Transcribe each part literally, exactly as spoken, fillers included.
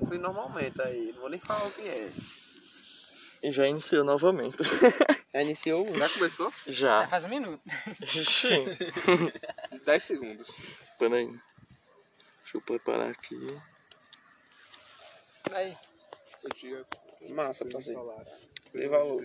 fui normalmente aí, não vou nem falar o que é. E já iniciou novamente. Já iniciou? Já começou? Já. Já faz um minuto. Sim. dez segundos. Peraí. Deixa eu preparar aqui. Aí. Massa, parceiro. Dei valor.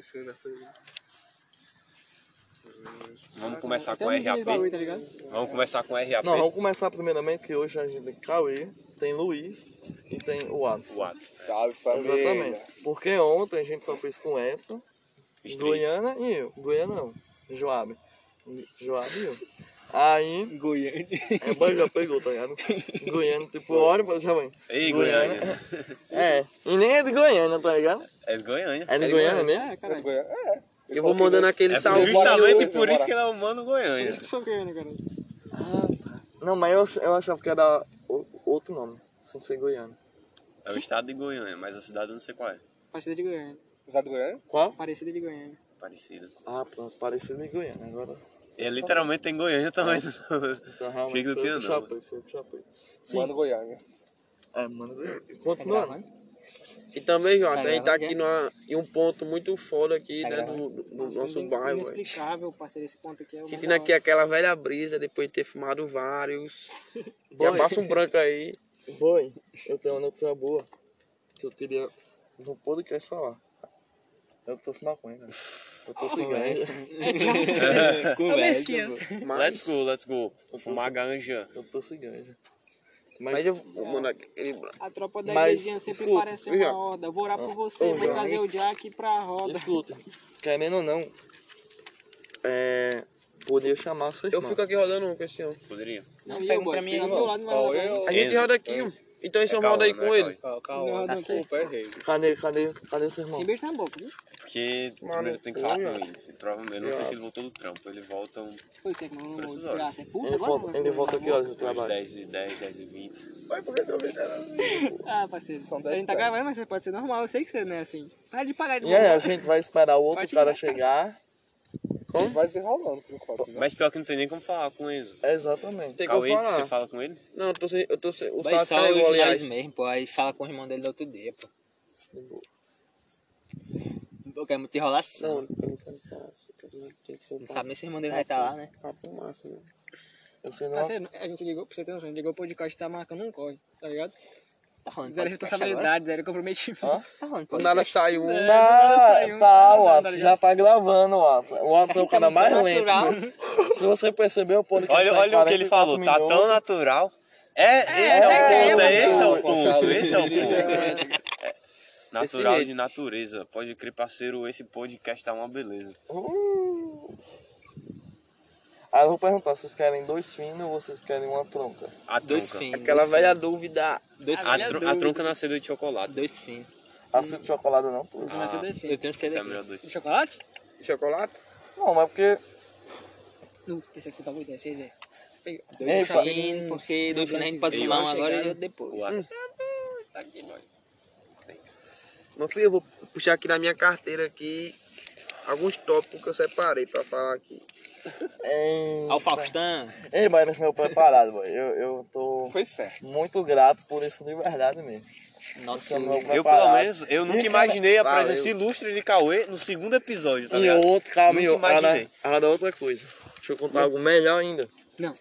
Vamos começar com Tem R A um bagulho, P. tá ligado? Vamos começar com R A P. Não, vamos começar primeiramente que hoje a gente tem Cauê, tem Luiz e tem o Watson. Whats. Salve, família. Exatamente. Porque ontem a gente só fez com o Edson, Street. Goiânia e eu. Goiânia não, Joab. Joab e eu. Aí, Goiânia. é, mas já pegou, tá ligado? Goiânia, tipo, olha pra já vem. Ei, Goiânia. É, e nem é de Goiânia, tá ligado? É de Goiânia. É de Goiânia mesmo? É, caralho. É. Eu vou mandando aquele É salve. justamente por isso que ele é humano Goiânia. Isso que sou Goiânia, cara. Não, mas eu, eu achava que era o- outro nome, sem ser Goiânia. É o estado de Goiânia, mas a cidade eu não sei qual é. Parecida de Goiânia. Estado do Goiânia? Qual? Parecida de Goiânia. Parecida. Ah, pronto, parecido de Goiânia agora. E literalmente tem Goiânia também. Então realmente Achei que não foi tinha, o não. Chapéu, foi o Chapéu. Sim. Mano, Goiânia. É, mano, continuando. E também, João, a Tá gente tá gravando, aqui numa, em um ponto muito foda aqui, Tá né, gravando? do, do- do Nossa, nosso in- bairro, velho. Inexplicável, parceiro, esse ponto aqui é o mais Sentindo da aqui hora. aquela velha brisa, depois de ter fumado vários. Já Boy. passa um branco aí. Boy, eu tenho uma notícia boa que eu queria no podcast falar. Eu tô sem maconha, cara. Eu tô sem ganja. Ô, Messias. Let's go, let's go. Fumar ganja. Eu tô sem ganja. Mas, Mas eu vou mandar aquele branco. A tropa da Mas, igrejinha sempre escuta, parece viu? uma horda. Vou orar por você, Ô, vou João. trazer o Jack pra roda. escuta, querendo ou não, é. Podia chamar sua Eu irmã. fico aqui rodando um com esse homem. Poderia? Não, Pega eu, um boy, pra mim fica aí, do meu ó. lado, não vai Qual rodar, é não. o- A gente Enzo. roda aqui, um. Então É então Cauã, roda aí não com é ele. Calma, Não, calma. não, Desculpa, errei. Cadê, cadê, cadê seu irmão? Sem beijo na boca, viu? Porque Mano, primeiro tem que falar olha. com ele. Provavelmente, eu não sei se ele voltou do trampo. Ele volta um, Foi você que não Por essas desgraça. horas. É puta Ele agora? volta, ele volta aqui horas do umas trabalho. dez e dez, dez e vinte. Ah, parceiro. São A dez gente tá dez. gravando, mas pode ser normal. Eu sei que você não é assim. Para de pagar de E aí, a novo. gente vai esperar o outro Pode cara ir. chegar. Vai desenrolando por enquanto, né? Mas pior que não tem nem como falar com o Enzo. Exatamente. Tem que eu Cauê, você falar. fala com ele? Não, eu tô sem. Eu tô sem. O Vai Sato só carregou, os aliás. dois mesmo, pô. Aí fala com o irmão dele do outro dia, pô. Pô, que é muita enrolação. Não, eu não quero falar assim, tem que ser um Não sabe nem se o irmão dele vai estar lá, né? papo massa, né? Eu sei não. Parceiro, a gente ligou, pra você ter noção, a gente ligou o podcast e tá marcando um corre, tá ligado? Tá rolando Zero podcast agora? responsabilidade, zero comprometimento. Hã? Tá rolando Quando nada podcast. saiu um. É. Tá, saiu, tá, tá o Watson, ligado? já tá gravando, Watson. O Watson é o cara mais muito lento. natural. né? Se você percebeu, o podcast Olha, tá em olha o que ele falou. quarenta e quatro Tá tão minutos. natural. É, esse é, o ponto, é, esse é o ponto, esse é o É. ponto. É. Natural jeito. de natureza. Pode crer, parceiro, esse podcast tá uma beleza. Uh. Aí eu vou perguntar, vocês querem dois finos ou vocês querem uma tronca? A Dois tronca. finos. Aquela dois velha dúvida. finos. Dois A, finos. tro- a tronca nasceu de chocolate. Dois finos. Açúcar de chocolate não, pô. Vai ser dois Eu filhos. tenho sede É aqui. melhor dois. De chocolate? Chocolate? Não, mas porque... Não, esse aqui você pagou, esse aí, Zé. Pega. Dois Ei, fa- finos, porque dois finos a gente pode Eu fumar um acho agora e que- outro depois. What? Tá aqui, boy. Meu filho, eu vou puxar aqui na minha carteira aqui alguns tópicos que eu separei pra falar aqui. Ei, Ó o Faustão. Ei, mas eles meu preparado, boy. Eu, eu tô Foi certo. muito grato por isso de verdade mesmo. Nosso... Esse é o meu Eu, pelo preparado. menos, eu nunca E, imaginei a Valeu. presença ilustre de Cauê no segundo episódio, tá E ligado? outro, calma, Nunca e outra, imaginei. ela dá outra coisa. Deixa eu contar algo melhor ainda. Não.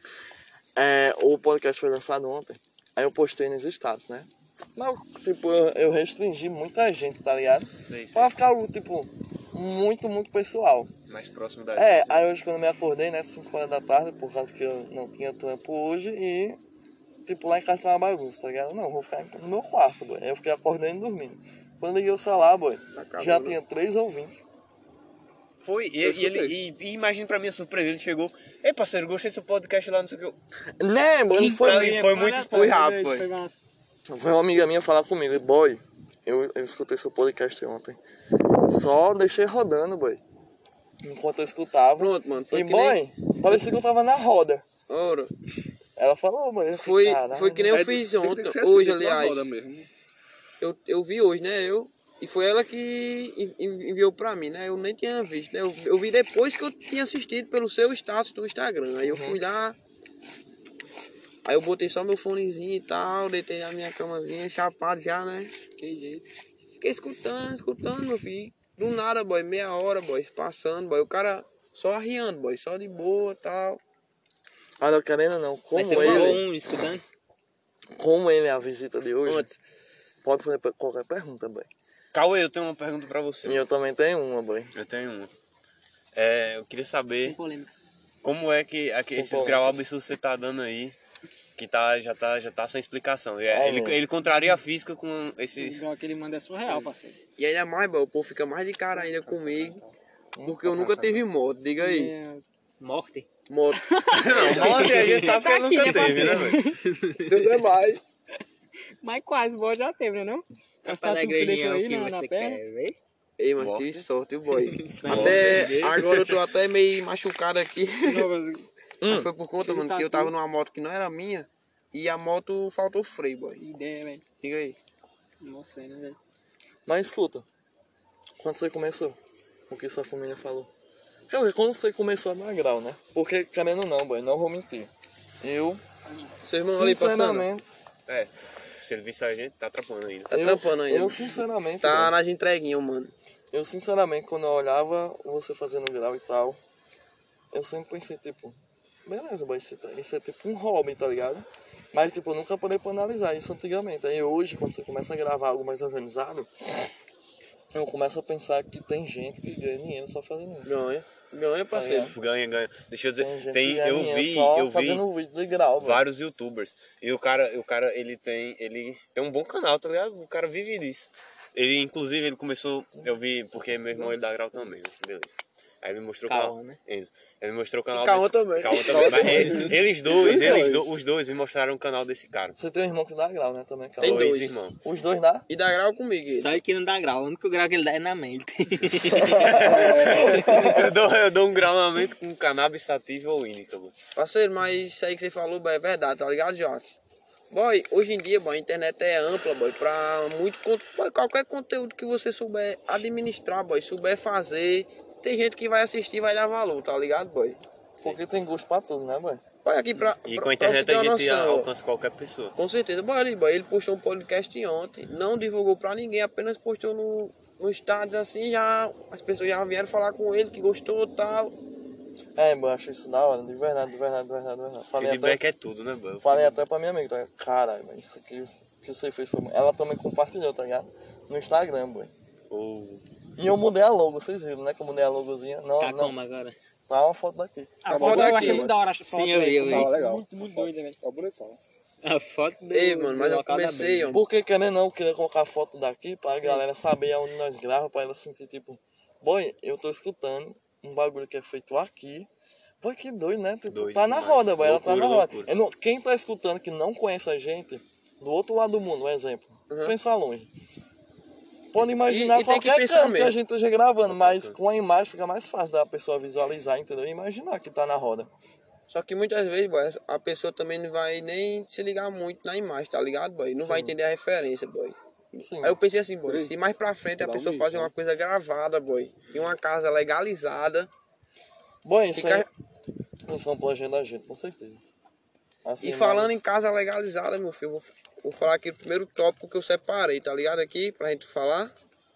É, o podcast foi lançado ontem, aí eu postei nos status, né? Mas, tipo, eu, eu restringi muita gente, tá ligado? Sei, sei. Pra ficar algo, tipo, muito, muito pessoal. Mais próximo da É, gente. aí hoje quando eu me acordei, né, cinco horas da tarde, por causa que eu não tinha trampo hoje e, tipo, lá em casa tava uma bagunça, tá ligado? Não, vou ficar no meu quarto, boy. Aí eu fiquei acordando e dormindo. Quando eu liguei o celular, boy, já tinha três ouvintes. Foi, e, Eu e ele, e, e imagina pra minha surpresa, ele chegou, ei parceiro, gostei do seu podcast lá, não sei o que. Eu... Né, mano, não Pra foi, mim foi muito Foi esponjado. rápido, Foi foi. massa. foi uma amiga minha falar comigo, boy, eu, eu escutei seu podcast ontem. Só deixei rodando, boy. Enquanto eu escutava. Pronto, mano. Foi E, que boy, nem... parecia que eu tava na roda. Ouro. Ela falou, boy. eu fiquei, Foi, "Caralho." foi que nem eu É, fiz tem- tem ontem, que ser assim, hoje, tem que dar aliás. roda mesmo. Eu, eu vi hoje, né? Eu, e foi ela que en- en- enviou pra mim, né? Eu nem tinha visto, né? Eu, eu vi depois que eu tinha assistido pelo seu status do Instagram. Aí eu fui lá, Aí eu botei só meu fonezinho e tal, deitei na minha camazinha, chapado já, né? Que jeito. Fiquei escutando, escutando, meu filho. Do nada, boy, meia hora, boy, passando, boy. O cara só arriando, boy, só de boa e tal. Ah, não querendo não. Como Mas você ele, falou um escutando? como ele é a visita de hoje, Antes. pode fazer per- qualquer pergunta, boy. Cauê, eu tenho uma pergunta pra você. E eu também tenho uma, boy. Eu tenho uma. É, eu queria Sem saber polêmica. como é que, aqui, Sem esses polêmicas. graus absurdos que você tá dando aí, que tá, já, tá, já tá sem explicação. É, É ele, mesmo. ele contraria a física com O esse... grau que ele manda é surreal, parceiro. E ainda mais, boy, o povo fica mais de cara ainda comigo. Porque eu nunca tive moto, diga aí. É, Morte? Moto. Não, morte a gente sabe que ele aqui, nunca né, teve, né, velho? Deus é mais. mas quase, o bode já teve, né não? Tá As tatu que você deixou aí na, na você perna. quer ver? Ei, mas Morte. tive sorte, viu, boy? Sangue. Até agora eu tô até meio machucado aqui. Novas- Mas foi por conta, Aquele mano, que eu tatu. tava numa moto que não era minha. E a moto faltou freio, boy. Que ideia, velho. Diga aí. Nossa, né, velho? Mas escuta, quando você começou? O que sua família falou? Quer dizer, quando você começou a dar grau, né? Porque, querendo ou não, boy, não vou mentir. Eu, Seu irmão ali passando. sinceramente, É, se ele visse a gente, tá atrapalhando ainda. Tá eu, trampando ainda. eu sinceramente, Tá boy, nas entreguinhas, mano. eu sinceramente, quando eu olhava você fazendo grau e tal, eu sempre pensei, tipo, beleza, boy, isso, é- isso é tipo um hobby, tá ligado? Mas, tipo, eu nunca parei pra analisar isso antigamente. Aí hoje, quando você começa a gravar algo mais organizado, eu começo a pensar que tem gente que ganha dinheiro só fazendo isso. Ganha. Ganha, parceiro. Ganha, ganha. Deixa eu dizer, Tem gente tem, que ganha eu dinheiro vi, só eu vi fazendo vídeo de grau, velho. vários youtubers. E o cara, o cara, ele tem, ele tem um bom canal, tá ligado? O cara vive disso. Ele, inclusive, ele começou, eu vi, porque meu irmão, ele dá grau também, né? Beleza. Aí ele me mostrou o Cauã, canal. né? Isso. Ele me mostrou o canal Cauã desse... também. Cauã também. Mas ele- eles dois, eles do, os dois me mostraram o canal desse cara. Você tem um irmão que dá grau, né? Também, cara. Tem dois, dois. irmãos. Os dois dá? E dá grau comigo. ele. Só ele que não dá grau. O único grau que ele dá é na mente. eu, dou, eu dou um grau na mente com cannabis sativa ou índica, mano. Parceiro, mas isso aí que você falou, boy, é verdade, tá ligado, Jorge? Boy, hoje em dia, boy, a internet é ampla, boy, pra muito conteúdo. Boy, qualquer conteúdo que você souber administrar, boy, souber fazer, tem gente que vai assistir e vai dar valor, tá ligado, boy? Porque tem gosto pra tudo, né, boy? Boy, aqui pra. E pra- com a pra você internet ter a uma gente noção, ó. alcança qualquer pessoa. Com certeza. Boy, ali, boy, ele postou um podcast ontem, não divulgou pra ninguém, apenas postou no, no status assim, já as pessoas já vieram falar com ele que gostou e tal. É, boy, eu acho isso da hora, de verdade, de verdade, de verdade, de verdade. Falei até, Feedback é tudo, né, mano? falei até pra minha amiga, tá? Caralho, velho, isso aqui que você fez foi... Ela também compartilhou, tá ligado? No Instagram, boy. Ou... E eu mudei a logo, vocês viram, né? Que eu mudei a logozinha. Não, Tá não, como agora? tá uma foto daqui. A A foto foto eu aqui, achei mano. muito da hora, essa foto. Sim, eu vi, eu vi. velho. Ah, legal. Muito, muito doida, velho. É bonitão. A foto do, Ei, mano, mas do eu local da comecei, briga. ó. Porque, querendo ou não, eu queria colocar a foto daqui pra galera saber aonde nós gravamos, pra ela sentir, tipo... Boy, eu tô escutando um bagulho que é feito aqui. Boy, que doido, né? Tipo, Doido tá na demais. roda, boy, ela tá na Loucura, roda. loucura. Eu não- quem tá escutando que não conhece a gente, do outro lado do mundo, um exemplo. Uhum. Pensar longe. Pode imaginar E- e tem que qualquer pensar canto que a mesmo. gente esteja gravando, mas com a imagem fica mais fácil da pessoa visualizar, entendeu? E imaginar que tá na roda. Só que muitas vezes, boy, a pessoa também não vai nem se ligar muito na imagem, tá ligado, boy? Não vai Sim. entender a referência, boy. Sim. Aí eu pensei assim, boy, se mais pra frente a Dá um pessoa bicho, fazer né? uma coisa gravada, boy, em uma casa legalizada, Bom, isso fica... aí, isso é um projeto da gente, com certeza. Assim, E falando mas- em casa legalizada, meu filho, vou, vou falar aqui o primeiro tópico que eu separei, tá ligado aqui, pra gente falar.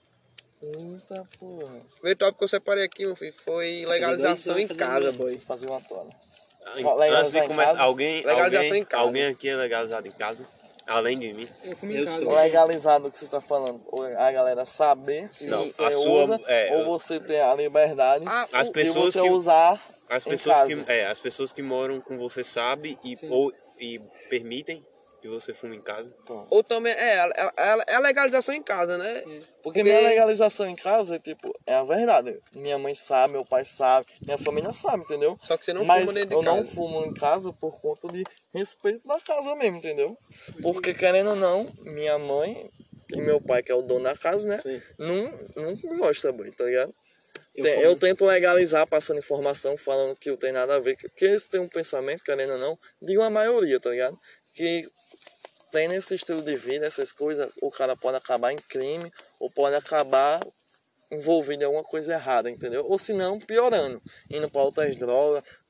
Eita porra. O primeiro tópico que eu separei aqui, meu filho, foi legalização em fazer casa, dois. boy. Fazer uma toalha. Antes Legalizar de em começar, casa? alguém, Legalização alguém, em casa. alguém aqui é legalizado em casa? Além de mim? Eu fui em Eu casa. sou. Legalizado o que você tá falando, ou a galera saber que Não, você a sua- usa, é, ou eu- você ter a liberdade Ah, As o- pessoas de você que- usar As em pessoas casa. que, é, as pessoas que moram com você sabem e, ou, e permitem que você fume em casa. Ou também, é, é, é, é a legalização em casa, né? Porque minha legalização em casa, tipo, é a verdade. Minha mãe sabe, meu pai sabe, minha família sabe, entendeu? Só que você não Mas fuma dentro de eu não casa. fumo em casa por conta de respeito da casa mesmo, entendeu? Porque, querendo ou não, minha mãe e meu pai, que é o dono da casa, né? Sim. Não, não gosta, boy, tá ligado? Eu Tem- fumo. Eu tento legalizar, passando informação, falando que não tem nada a ver. Porque eles têm um pensamento, querendo ou não, de uma maioria, tá ligado? Que tem nesse estilo de vida, essas coisas, o cara pode acabar em crime, ou pode acabar envolvido em alguma coisa errada, entendeu? Ou se não, piorando, indo para outras drogas,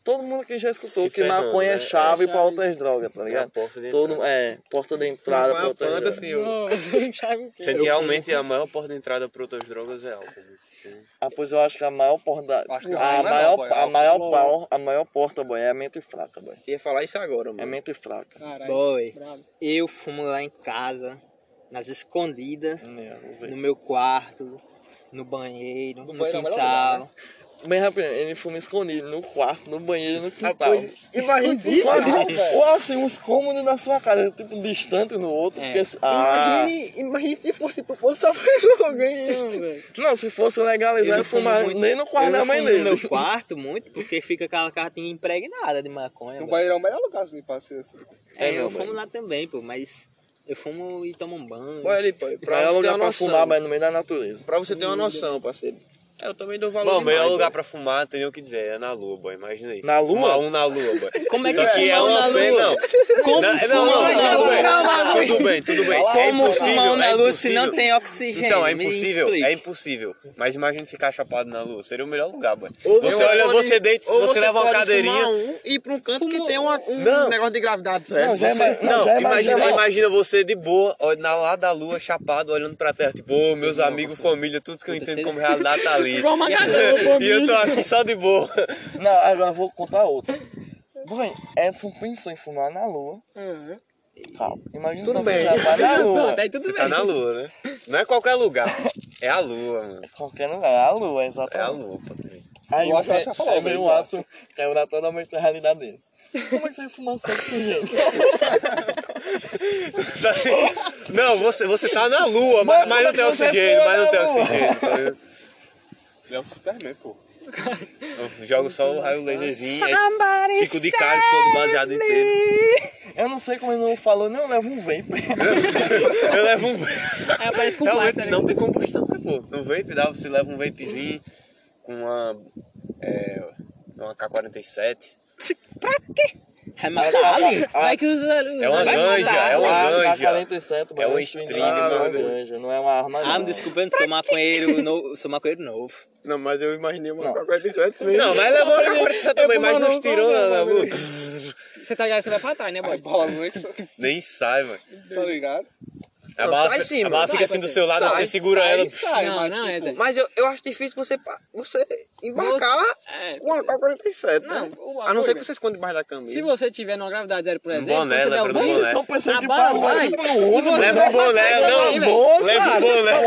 todo mundo aqui já escutou Se que ferrando, maconha é né? chave É pra chave. outras drogas, tá É a ligado? porta de Todo, entrada. é, porta de entrada pra Uma outras planta, drogas. assim, ó. Não, você não sabe o quê. Sendo que realmente a maior porta de entrada para outras drogas é álcool. né? Ah, pois eu acho que a maior porta da, Acho que a, não é não, maior, boy, a, álcool. maior pau, a maior porta, boy, é a mente fraca, boy. Ia falar isso agora, É mano. mente fraca. Caralho. Boy, Bravo. eu fumo lá em casa, nas escondidas, É, vou ver. no meu quarto, no banheiro, no, banheiro é o melhor quintal. lugar, né? Bem rapidinho, ele fuma escondido no quarto, no banheiro, no quintal. pois, imagina Ou assim, uns cômodos na sua casa, tipo, distante no outro. É. Porque, assim, ah, Imagine, imagine se fosse proporção pra alguém. Não, velho. não, se fosse legalizar, Eu eu fumo fumar muito- nem no quarto eu da mãe fumo dele. no meu quarto muito, porque fica aquela cartinha impregnada de maconha. No velho. banheiro é o melhor lugar assim pra ser. É, É, não, eu fumo velho. lá também, pô, mas eu fumo e tomo um banho. Olha ali, pô, Pra pra é você ter lugar uma pra noção. fumar, mas no meio da natureza. Pra você ter uma noção, parceiro. É, eu também dou valor Bom, o demais, melhor lugar pô. pra fumar, tem o que dizer, é na lua, boy. Imagina aí. Na lua? Fumar um na lua, boy. Como é que Só que é fuma um uma na pena, lua? não. Como não, não, fuma não, um na tudo lua? bem. Tudo bem, tudo bem. É Como impossível, fumar um na é lua se impossível. não tem oxigênio? Então, é Me impossível, explique. é impossível. Mas imagina ficar chapado na lua. Seria o melhor lugar, boy. Ou Você olha, pode- você deita, ou você, leva uma pode cadeirinha. fumar um e ir pra um canto que tem uma, um Não. negócio de gravidade certo. Não, já Você- ima- não, já imagina, imagina- imagina você de boa, ó, na lá da lua, chapado, olhando pra terra, tipo, ô, meus amigos, família, tudo que eu entendo como realidade tá ali. Igual uma galera, E eu tô aqui só de boa. Não, agora eu vou contar outra. Bem, Edson pensou em fumar na lua. Uhum. Calma, imagina Tudo se você bem. já tá na lua. Pronto, aí tudo Você bem. tá na lua, né? Não é qualquer lugar. É a lua, mano. Qualquer lugar, é a lua, É a exatamente. lua, patrão. Aí Eu o acho que ela já falou, é meio velho, eu ato quebrar totalmente a realidade dele. Como é que você vai fumar só desse jeito? Não, você, você tá na lua, mas, mas não tem você oxigênio, foi mas não na tem lua. oxigênio. tá ligado? Ele é um Superman, pô. Eu jogo só o raio laserzinho, aí fico de cara, explodo baseado inteiro. Eu não sei como ele não falou, não, leva um vape. Eu levo um. Aí aparece com Realmente placa, né? não tem combustão, né, pô? No vape dá, você leva um vapezinho com uma. É, uma K quarenta e sete. Vai matar ali? Vai que os... É uma vai ganja, matar. é uma Ah, ganja. quarenta e sete, É um mano, string, não é uma mano. ganja, não é uma arma Ah, não. me desculpa, eu não sou maconheiro, no, sou maconheiro novo. Não, mas eu imaginei uma Não. quarenta e sete mesmo. Não, mas levou a K quarenta e sete também, mas nos tirou na, na lua. Você tá ligado, você vai pra trás, né, Aí boy? bola não entra, Nem sai, mano. tá ligado? A Não, bala, sai sim, a bala mano. fica Sai, assim do parceiro. seu lado, Sai, você segura sai, ela. sai, Não, mas, não, é, tipo, Zé. Mas eu, eu acho difícil você, pa- você embarcar É, com uma K quarenta e sete, Não, né? o A não ser bagulho, que você esconde debaixo da camisa. se você tiver numa gravidade zero, por exemplo, boné, quando você der lembra o do banho, boné? Estão pensando a que bala pra vai. vai pro olho, Leva o boné, não. Aí, velho. Leva o boné.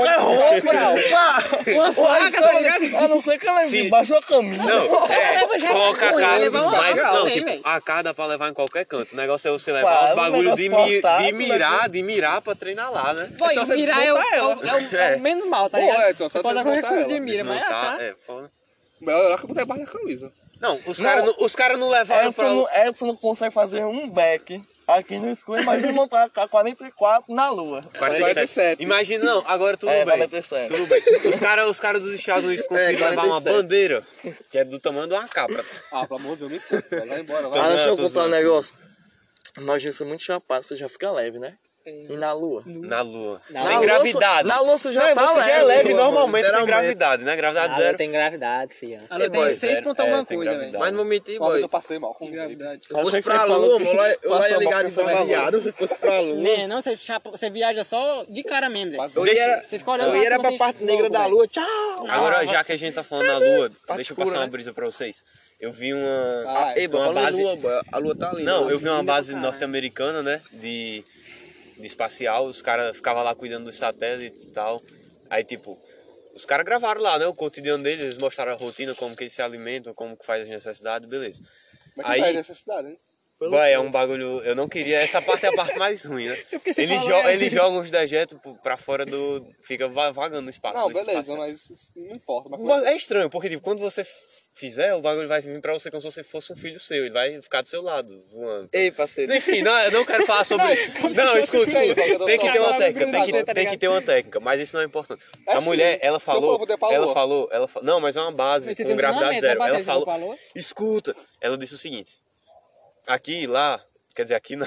Uma faca, tá ligado? A não ser que ela Se- embaixo da camisa. Não, é, já- coloca a Pô, eu ia cara, levar uma mas faca não, também, tipo, velho. a cara dá pra levar em qualquer canto. O negócio é você levar Claro, os bagulhos de, negócio mi, forçado, de né? mirar, de mirar pra treinar lá, né? Pô, É só e você mirar é o, é, desmontar o, é, o, é o menos mal, tá Pô, ligado? Edson, só Você pode dar você qualquer desmontar coisa de ela. mira, mas Desmontar, tá. é foda. melhor lá que botar embaixo da camisa. Não, os caras não, os cara não levaram pra... Edson, não- Edson não consegue fazer um back aqui no escuro, imagina montar a K quarenta e quatro na lua. quarenta e sete. Imagina, não, agora tudo É, bem. quarenta e sete. Tudo bem. Os caras os cara dos Estados Unidos conseguiram levar uma quarenta e sete. bandeira, que é do tamanho de uma capa. Ah, pelo amor de Deus, me conta, velho. Vai embora, vai. Ah, deixa eu tô contar um zoando. negócio. Nós já somos muito chapados, você já fica leve, né? E na lua? Na lua. Na sem lua, gravidade. Na lua você já Não, tá você leve. já é leve lua, normalmente sem literalmente. gravidade, né? Gravidade Ah, zero. eu tenho gravidade, filha. Ela Ei, tem boy, seis zero. ponto É, alguma tem coisa, gravidade. velho. Mas não vou mentir, Uma vez boy. eu passei mal com Gravidade. Se eu fosse Achei que pra você falou lua, que mano, lá- eu lá passou ia a ligar boca de pra lua. baseado, se fosse pra lua. Né, não, você, chapa- você viaja só de cara mesmo, Zé. Mas Eu Deixa- ia, Você fica olhando eu lá, ia era você pra não parte sente negra logo, da velho. lua, tchau. Agora, já que a gente tá falando da lua, deixa eu escuro, passar uma né? brisa pra vocês. Eu vi uma... Ah, Ei, boy, uma falando base- em lua, boy, a lua tá ali. Não, eu vi uma linda base pra caralho. norte-americana, né? De, de espacial, os caras ficavam lá cuidando dos satélites e tal. Aí, tipo, os caras gravaram lá, né? O cotidiano deles, eles mostraram a rotina, como que eles se alimentam, como que faz as necessidades, beleza. Mas que Aí- faz necessidade, hein? Vai, é um bagulho. Eu não queria. Essa parte é a parte mais ruim, né? você Eles, falou, jo é. eles jogam os dejetos pra fora do. Fica va- vagando no espaço. Não, no beleza, espaço. mas isso não importa. Mas Mas É estranho, porque tipo, quando você fizer, o bagulho vai vir pra você como se você fosse um filho seu. Ele vai ficar do seu lado, voando. Ei, parceiro. Enfim, não, eu não quero falar sobre. Não, escuta, escuta. Tem que ter uma técnica, tem que, tem que ter uma técnica, mas isso não é importante. É A sim. mulher, ela Se eu for falou. poder pra Ela lua. falou, ela fa- Não, mas é uma base Mas você com tem gravidade treinamento, zero. né, Ela parceiro? Você falou. falou? Escuta, ela disse o seguinte. Aqui e lá, quer dizer, aqui não.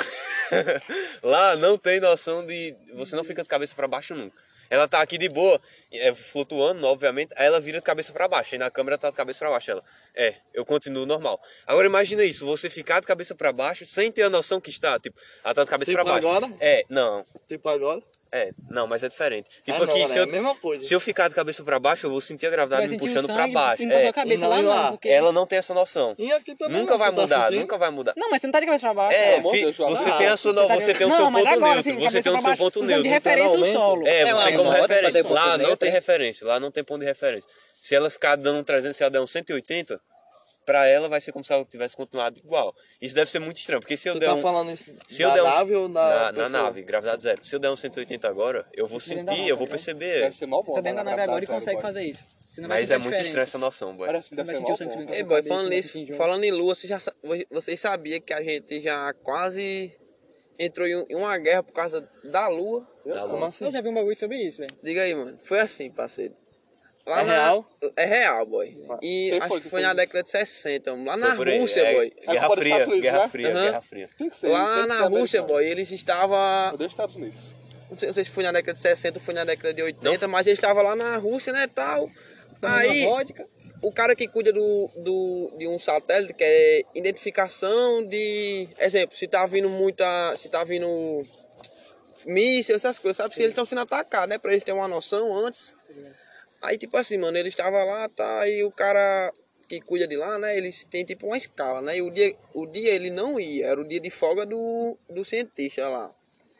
lá não tem noção de... Você não fica de cabeça pra baixo nunca. Ela tá aqui de boa, é, flutuando, obviamente, aí ela vira de cabeça pra baixo. Aí na câmera tá de cabeça pra baixo. Ela, é, eu continuo normal. Agora imagina isso, você ficar de cabeça pra baixo sem ter a noção que está. Tipo, ela tá de cabeça Tipo pra baixo. agora? É, não. Tipo agora? É, não, mas é diferente. Tipo Ah, não, aqui, né? se, É eu, a mesma coisa. se eu ficar de cabeça pra baixo, eu vou sentir a gravidade Você vai me sentir o puxando pra sangue baixo. indo pra É, sua cabeça não, lá, e não. lá? Porque... ela não tem essa noção. E aqui também Nunca não, vai você tá mudar, sentindo? nunca vai mudar. Não, mas você não tá de cabeça pra baixo. É, Pelo amor de fi- Deus, João. você Ah, tem, a sua, Você tá você de- tem o não, seu mas ponto agora, neutro. sim, Você cabeça tem o pra seu baixo, ponto usando neutro. de referência o literalmente. solo. É, É você uma como moto, referência. pra ter Lá ponto não neutro, tem é? referência. Lá não tem ponto de referência. Se ela ficar dando um trezentos, se ela der um cento e oitenta, pra ela vai ser como se ela tivesse continuado igual. Isso deve ser muito estranho, porque se eu Você der tá um... falando isso Se eu da der um, nave ou da na, na pessoa? nave, gravidade zero. Se eu der um cento e oitenta agora, eu vou Dentro da sentir, nave, eu vou né? perceber. Deve ser mal bom. Tá dentro da na nave agora e gravidade consegue zero, boy. fazer isso. Você não vai Mas sentir é a muito diferença. estranha essa noção, boy. Parece Você que não deve vai ser sentir o mal sangue bom. subindo Ei, pela boy, cabeça, falando vai nisso, sentir enjoo. falando em lua, vocês, já, sa- vocês sabiam que a gente já quase entrou em um- em uma guerra por causa da lua? Da Como lua. assim? Eu já vi um bagulho sobre isso, velho. Diga aí, mano. Foi assim, parceiro. Lá É na- real? É real, boy. E Quem acho foi que que foi fez na isso? década de sessenta, mano. Lá Foi na por aí, Rússia, é, boy. Guerra culpa dos Fria, Estados Unidos, Guerra né? Fria, Aham. Guerra Fria. Tem que ser, Lá tem que na ser Rússia, americano. boy, eles estavam... Eu deixo Estados Unidos. Não sei, não sei se foi na década de sessenta ou foi na década de oitenta, mas eles estavam lá na Rússia, né, tal. Aí, Uma vodka. o cara que cuida do, do, de um satélite, que é identificação de... Exemplo, se tá vindo muita... Se tá vindo míssil, essas coisas, sabe? Se eles estão sendo atacados, né? Pra eles terem uma noção antes. Aí, tipo assim, mano, eles estavam lá, tá? E o cara que cuida de lá, né? Eles têm, tipo, uma escala, né? E o dia, o dia ele não ia. Era o dia de folga do, do cientista lá.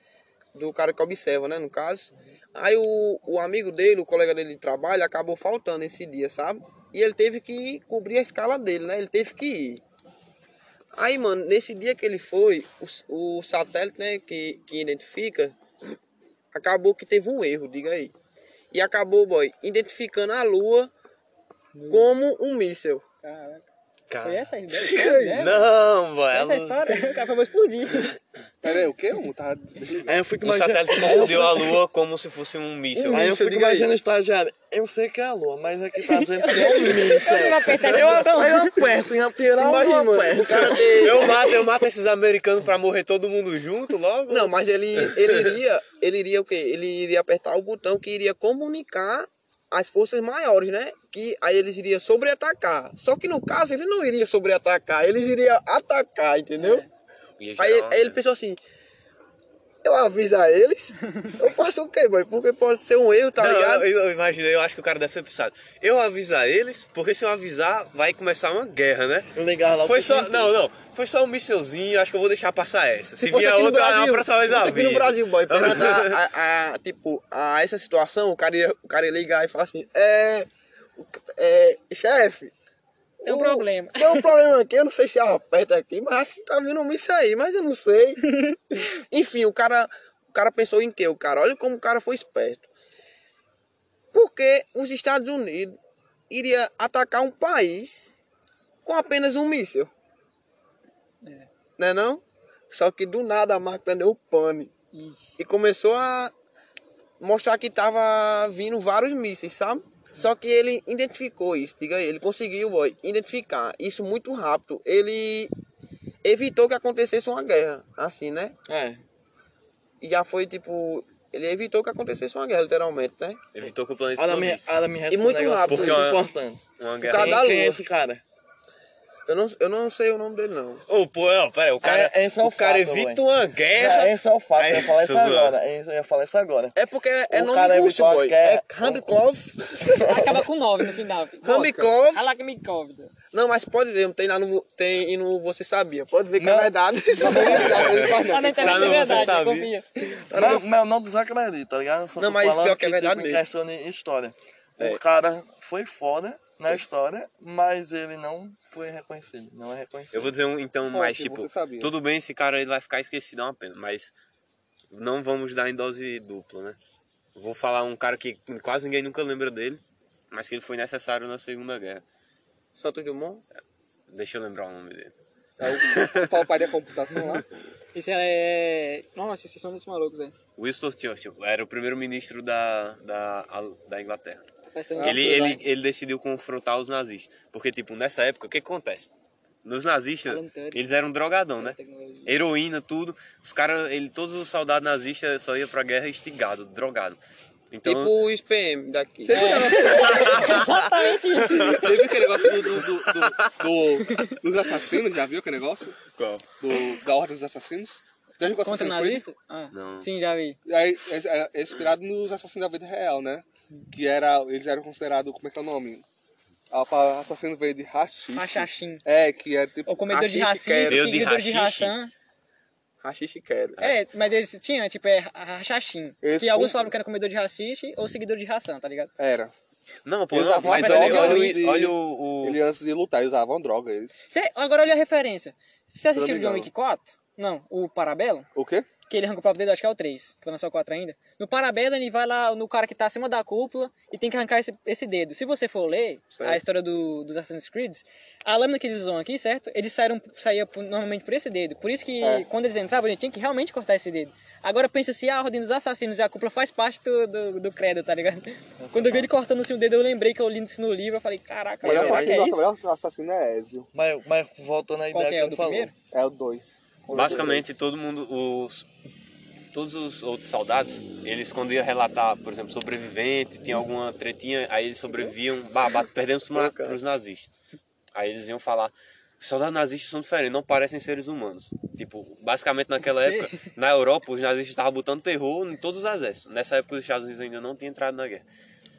Do cara que observa, né? No caso. Aí o, o amigo dele, o colega dele de trabalho, acabou faltando esse dia, sabe? E ele teve que cobrir a escala dele, né? Ele teve que ir. Aí, mano, nesse dia que ele foi, o, o satélite, né, que, que identifica, acabou que teve um erro, diga aí. E acabou, boy, identificando a Lua como um míssil. Caraca. Cara. Foi essa a ideia? Não, boy. Essa é a ela- história? O cara foi explodir. Pera aí, o quê? Um tá... Aí eu fico O imaginando. satélite confundiu a Lua como se fosse um míssil. Aí eu míssil, fico diga aí. imaginando o estagiário. Eu sei que é a lua, mas aqui tá dizendo que é um míssil. Ele vai apertar esse Eu, botão. eu aperto, em lateral Imagina, eu mano, aperto. o cara ter... Eu mato, eu mato esses americanos pra morrer todo mundo junto logo. Não, mas ele, ele iria, ele iria o quê? Ele iria apertar o botão que iria comunicar as forças maiores, né? Que aí eles iriam sobre-atacar. Só que no caso ele não iria sobre-atacar, eles iriam atacar, entendeu? Ia Aí, gerar uma aí ele merda. pensou assim, eu aviso a eles, eu faço o quê, boy? Porque pode ser um erro, tá Não, ligado? eu, eu imaginei, eu acho que o cara deve ter pensado. Eu avisar eles, porque se eu avisar, vai começar uma guerra, né? Eu ligava lá Foi pro só. cientista. Não, não. Foi só um mísselzinho, acho que eu vou deixar passar essa. Se, Se fosse vier aqui no outra, Brasil, a próxima vez se fosse eu aqui no aviso. Brasil, boy, perante a, a, a, tipo, a essa situação, o cara ia, o cara ia ligar e falar assim, é, é chefe, Tem um o- problema. Tem um problema aqui, eu não sei se aperta aqui, mas acho que tá vindo um míssil aí, mas eu não sei. Enfim, o cara, o cara pensou em quê? O cara, olha como o cara foi esperto. Porque os Estados Unidos iria atacar um país com apenas um míssil. É. Né não? Só que do nada a máquina deu pane. Ixi. E começou a mostrar que tava vindo vários mísseis, sabe? Só que ele identificou isso, diga aí, ele conseguiu, boy, identificar isso muito rápido. Ele evitou que acontecesse uma guerra, assim, né? É. E já foi tipo, ele evitou que acontecesse uma guerra, literalmente, né? Evitou que o planeta Ela me, explodisse. ela me responde muito um negócio rápido, muito porque uma- importante. Uma causa guerra. da Quem, quem é lua. esse cara? Eu não, eu não sei o nome dele, não. Ô, pô, não, pera aí, o cara, É, esse é o o cara fato, evita boy. uma guerra. É, esse é o fato, eu ia falar isso Tô zoando. agora. Eu ia falar isso agora. É porque é O nome cara russo, evitou boy. que é- É Rambiklov. Acaba com nove no final. Rambiklov. Alakmikov. Não, mas pode ver, tem lá no, tem, e no Você Sabia. Pode ver que é Não. verdade. Tá na internet Sabe, é você verdade, sabe. confia. Não, não, não desacredito, tá ligado? Eu só Não, tô mas falando pior que é verdade tipo, em mesmo. questão de história. É. O cara foi foda na história, mas ele não foi reconhecido. Não é reconhecido. Eu vou dizer um, então, Forte, mais você tipo, sabia. tudo bem, esse cara ele vai ficar esquecido, é uma pena, mas não vamos dar em dose dupla, né? Eu vou falar um cara que quase ninguém nunca lembra dele, mas que ele foi necessário na Segunda Guerra. Santos Dumont. Deixa eu lembrar o nome dele. É o Paulo pai da computação lá. Isso é... Nossa, esses são dos malucos, aí. Winston Churchill era o primeiro-ministro da, da, da Inglaterra. Faz tempo Ah, ele, foi lá. ele, ele decidiu confrontar os nazistas. Porque, tipo, nessa época, o que acontece? nos nazistas, Alan Turing. eles eram drogadão, né? Tecnologia. Heroína, tudo. Os caras, ele, todos os soldados nazistas só iam pra guerra instigado, drogado. Então, Tipo os P M daqui. Você viu aquele negócio do, do, do, do- do- dos assassinos? Já viu aquele negócio? qual? Do, da Ordem dos Assassinos? Já viu Contra Assassin's Creed? nazista? Ah, Não. sim, já vi. Aí, é, é inspirado nos assassinos da vida real, né? Que era, eles eram considerados, como é que é o nome? A palavra assassino veio de Hashish. Rachachim. É, que é tipo... O comedor de Hashish, racismo, quero. De seguidor de hashish. ração. Rachixe quero. É, mas eles tinham, tipo, é rachachim. Esse Que alguns com- falavam que era comedor de rachixe ou seguidor de ração, tá ligado? Era. Não, pô, Eles não, usavam mas droga olha, olha, antes o- de- olha o... o- Eles antes de lutar, eles usavam droga, eles. Cê, agora olha a referência. Você assistiu o não me John Wick quatro? Não, o Parabellum? O quê? Que ele arranca o próprio dedo, acho que é o três, que vai lançar o quatro ainda. No Parabellum, ele vai lá no cara que tá acima da cúpula e tem que arrancar esse, esse dedo. Se você for ler a história do, dos Assassin's Creed, a lâmina que eles usam aqui, certo? Eles saíram, saíam por- normalmente por esse dedo. Por isso que É. quando eles entravam, eles tinham que realmente cortar esse dedo. Agora pensa se a Ordem dos Assassinos e a cúpula faz parte do, do, do credo, tá ligado? Quando eu vi ele cortando assim o dedo, eu lembrei que eu li isso no livro, eu falei, caraca, O melhor será que é assassino, nossa, o isso? melhor assassino é Ezio. Mas, mas voltando à Qual ideia que que é, o ele do falou. primeiro? É o dois. Basicamente, todo mundo, os, todos os outros soldados, eles quando iam relatar, por exemplo, sobrevivente, tinha alguma tretinha, aí eles sobreviviam, bah, bah, perdemos para os nazistas. Aí eles iam falar, os soldados nazistas são diferentes, não parecem seres humanos. Tipo, basicamente naquela época, na Europa, os nazistas estavam botando terror em todos os exércitos. Nessa época, os Estados Unidos ainda não tinham entrado na guerra.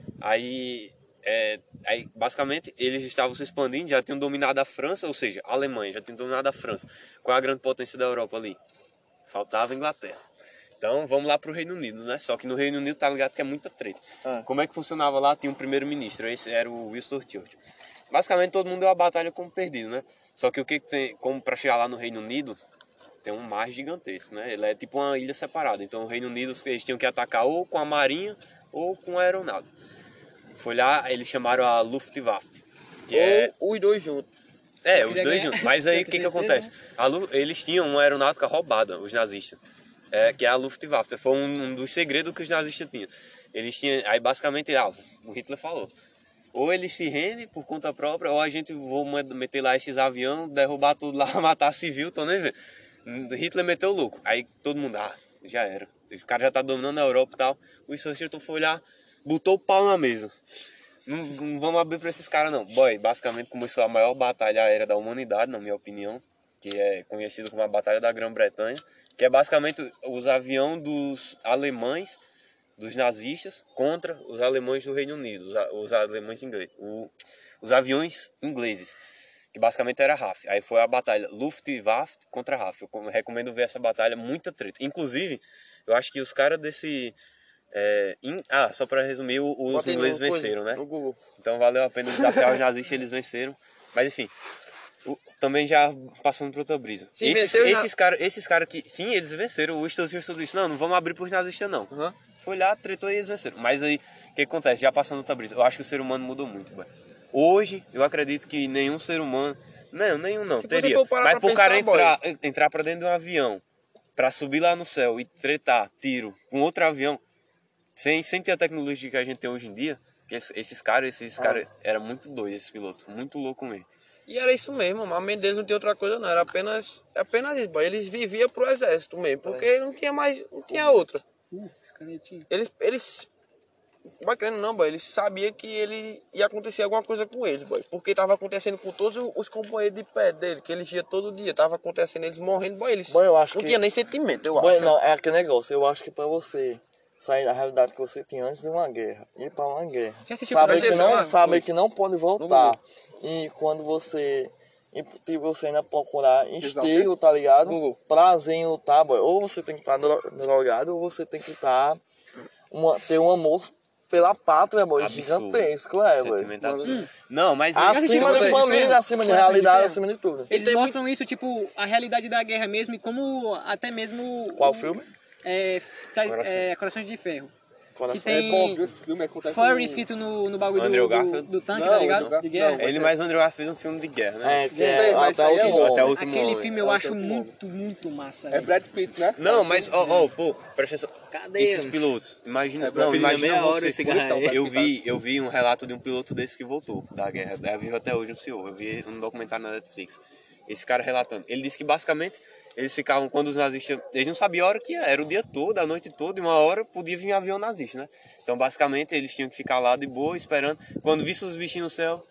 Aí, é, aí, basicamente, eles estavam se expandindo, já tinham dominado a França, ou seja, a Alemanha já tinha dominado a França. Qual é a grande potência da Europa ali? Faltava a Inglaterra. Então, vamos lá pro Reino Unido, né? Só que no Reino Unido, tá ligado que é muita treta. Ah. Como é que funcionava lá? Tinha um primeiro-ministro, esse era o Winston Churchill. Basicamente, todo mundo deu a batalha como perdido, né? Só que o que que tem, como para chegar lá no Reino Unido, tem um mar gigantesco, né? Ele é tipo uma ilha separada. Então, o Reino Unido, eles tinham que atacar ou com a marinha ou com a aeronáutica. Foi lá, eles chamaram a Luftwaffe, que é... Ou os dois juntos. É, os quiser dois ganhar, juntos. Mas aí o tem que que certeza, acontece? A Lu- eles tinham uma aeronáutica roubada, os nazistas. É, que é a Luftwaffe. Foi um, um dos segredos que os nazistas tinham. Eles tinham... Aí basicamente, ah, o Hitler falou. Ou eles se rendem por conta própria, ou a gente vou meter lá esses aviões, derrubar tudo lá, matar civil, tô nem vendo. Hitler meteu o louco. Aí todo mundo, ah, já era. O cara já tá dominando a Europa e tal. O Winston Churchill foi olhar, botou o pau na mesa. Não, não vamos abrir pra esses caras não. Boy, basicamente começou a maior batalha aérea da humanidade, na minha opinião. Que é conhecido como a Batalha da Grã-Bretanha. Que é basicamente os aviões dos alemães, dos nazistas, contra os alemães do Reino Unido. Os, a- os alemães ingleses. O, os aviões ingleses. Que basicamente era a R A F. Aí foi a batalha Luftwaffe contra a R A F. Eu recomendo ver essa batalha, muita treta. Inclusive, eu acho que os caras desse... é, in- ah, só pra resumir, o- os Bota aí no ingleses coisa, venceram, né? no Google. Então valeu a pena desafiar os nazistas, eles venceram. Mas enfim, o- também já passando por outra brisa. Sim, esses venceu já- esses caras esses cara que... Sim, eles venceram. O Winston Churchill disse, não, não vamos abrir pros nazistas não. Uhum. Foi lá, tretou e eles venceram. Mas aí, o que acontece? Já passando outra brisa. Eu acho que o ser humano mudou muito, boy. Hoje, eu acredito que nenhum ser humano... Não, nenhum não, Se você teria. for parar Mas pra pro cara pensar, boy. entrar, entrar pra dentro de um avião, pra subir lá no céu e tretar, tiro, com outro avião, sem, sem ter a tecnologia que a gente tem hoje em dia, que esses, esses caras, esses Ah. caras, era muito doido esse piloto, muito louco mesmo. E era isso mesmo, mas a mente deles não tinha outra coisa não, era apenas, apenas isso, boy. Eles viviam pro exército mesmo, porque não tinha mais, não tinha outra. Uh, esse canetinho. Eles, eles, boy, querendo não, boy, eles sabiam que ele ia acontecer alguma coisa com eles, boy, porque tava acontecendo com todos os- os companheiros de pé dele, que eles iam todo dia, tava acontecendo, eles morrendo, boy, eles Boy, eu acho não que- tinha nem sentimento, eu Bom, acho. não, é aquele negócio. Eu acho que pra você sair da realidade que você tinha antes de uma guerra, ir pra uma guerra, Já assistiu saber Presta que, atenção, não, né? saber Pois. que não pode voltar. E quando você... E e você ainda procurar estilo, tá ligado? Google. Prazer em lutar, boy. Ou você tem que estar drogado, ou você tem que estar... Uma, ter um amor pela pátria, boy. Absurdo. Gigantesco, é, boy. Sentimento absurdo. Não, mas... Acima de Coração de família, Ferro. acima de Coração de realidade, Ferro. acima de tudo. Eles tem mostram isso, tipo, a realidade da guerra mesmo e como até mesmo... Qual o- filme? É, tá, Coração. é Corações de Ferro. Coração. Que tem- É bom, viu esse filme? Acontece Furry no- escrito no, no bagulho Andrew do, do, Garfield? do tanque, Não, tá ligado? Andrew Garfield De guerra. não. Ele mais o Andrew Garfield fez um filme de guerra, né? É, que é Sei, mas até o aí é último bom. Até o homem. último Aquele homem. filme eu É, acho tem outro muito, muito massa, É velho. Brad Pitt, né? Não, mas, ó, ó, pô, presta atenção. Cadê? Esses pilotos, imagina, Brad não, Pitt, imagina meia hora você. esse cara aí. Eu vi, eu vi um relato de um piloto desse que voltou da guerra. É vivo até hoje, um senhor. Eu vi um documentário na Netflix. esse cara relatando. Ele disse que basicamente eles ficavam, quando os nazistas, eles não sabiam a hora que era, era o dia todo, a noite toda, e uma hora podia vir um avião nazista, né? Então basicamente eles tinham que ficar lá de boa, esperando. Quando visse os bichinhos no céu,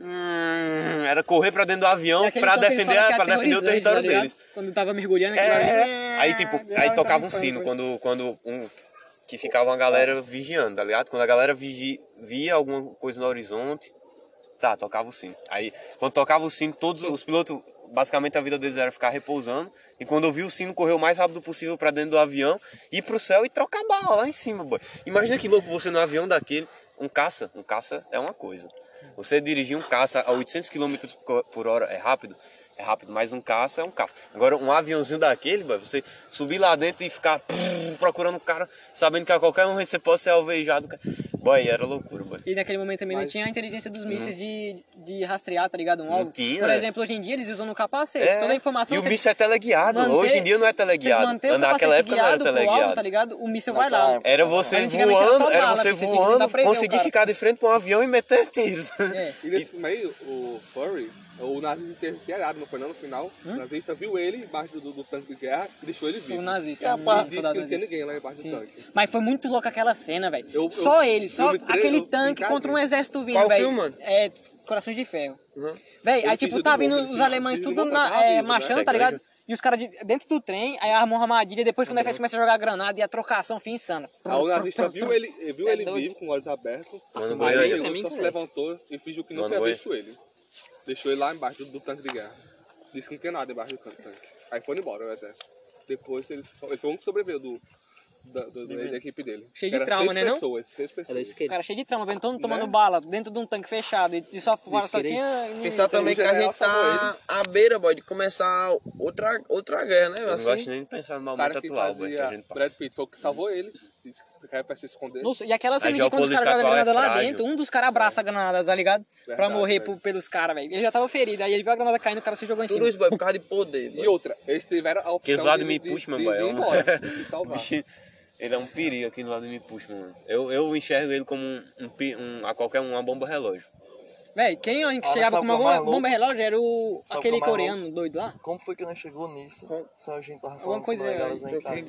hum, era correr pra dentro do avião pra defender, a, pra defender o território tá deles. Quando tava mergulhando, É, aquilo ali... é. Aí tipo, aí tocava um sino quando, quando um, que ficava uma galera vigiando, tá ligado? Quando a galera vigi, via alguma coisa no horizonte, tá, tocava o sino. Aí quando tocava o sino, todos os pilotos, basicamente a vida deles era ficar repousando, e quando eu vi o sino, correr o mais rápido possível pra dentro do avião, ir pro céu e trocar bala lá em cima, boy. Imagina que louco você no avião daquele, um caça, um caça é uma coisa. Você dirigir um caça a oitocentos quilômetros por hora é rápido? É rápido, mas um caça é um caça. Agora, um aviãozinho daquele, boy, você subir lá dentro e ficar pff, procurando o cara, sabendo que a qualquer momento você pode ser alvejado. Boy, era loucura, boy. E naquele momento também Mas... não tinha a inteligência dos mísseis de, de rastrear, tá ligado? Um alvo. tinha, Por né? exemplo, hoje em dia eles usam no capacete. É, Toda a informação... e o você bicho é teleguiado. manter- Hoje em dia não é Você teleguiado. manter o Naquela capacete época não era guiado pro alvo, teleguiado. tá ligado? O míssil vai lá. Era você Antigamente era só voando, era bala, você filho, você tinha que voando, tentar prender o conseguir cara. ficar de frente pra um avião e meter tiros. É. E nesse filme aí, o Furry, o nazista teve piedade, não foi não? No final, o nazista viu ele embaixo do, do tanque de guerra e deixou ele vivo. O nazista. E a um parte disse que soldado não tinha nazista. ninguém lá embaixo Sim. do tanque. Mas foi muito louco aquela cena, velho. Eu- Só eu- ele, só eu me tre- aquele eu tanque encarei. contra um exército vindo, Qual velho. filme, mano? É Corações de Ferro. Uhum. Velho, Eu aí fiz tipo, o tá de vindo novo, os eu alemães fiz o de tudo novo, na, tava é, vivo, né? marchando, tá Segue, ligado? E os caras de- dentro do trem, aí armam uma armadilha, depois quando a F S começa a jogar granada e a trocação foi insana. Aí o nazista viu ele, viu Cê é ele doido. vivo, com olhos abertos. Mano, Aí Goiânia. ele Pra mim, só se velho. levantou e fingiu que não Mano, tinha Goiânia. visto ele. Deixou ele lá embaixo do, do tanque de guerra. Disse que não tinha nada embaixo do tanque. Aí foi embora o exército. Depois ele, só- ele foi um que sobreviveu do, da, do- da, da equipe dele. Cheio de Era trauma, seis né, não? pessoas, seis pessoas. Era isso que O cara cheio de trama, vendo todo mundo tomando Né? bala dentro de um tanque fechado e, e só fora só Isqueiro aí. tinha... ninguém. Pensar também o que a general gente tá salvou à beira, boy, de começar outra, outra guerra, né? Eu não Assim, gosto nem de pensar no O momento cara que atual, boy, que a fazia gente Brad passa. Pitt foi o que salvou ele. Disse que caiu pra se esconder. Nossa, e aquela cena A de quando os caras geopolítica jogam a granada atual é lá frágil. dentro, um dos caras abraça a granada, tá ligado? pra Verdade, morrer velho. pro- pelos caras, velho. Ele já tava ferido, aí ele viu a granada caindo, o cara se jogou em tudo cima. isso, boy, por causa de poder, boy. E outra, eles tiveram a opção Aquele de, Vladimir de, Pushman, de, boy, de é ir um... embora, de se o salvar. bichinho, ele é um perigo aqui no lado de me puxa, mano. Eu, eu enxergo ele como um, um, pi- um- a qualquer um, uma bomba relógio. Véi, quem a gente Ah, chegava sabe com uma o que é mais bomba, louco? bomba relógio era o, Sabe o aquele que é mais coreano doido lá. Como foi que nós chegou nisso? Se a gente tava Alguma falando coisa sobre aí, elas em casa.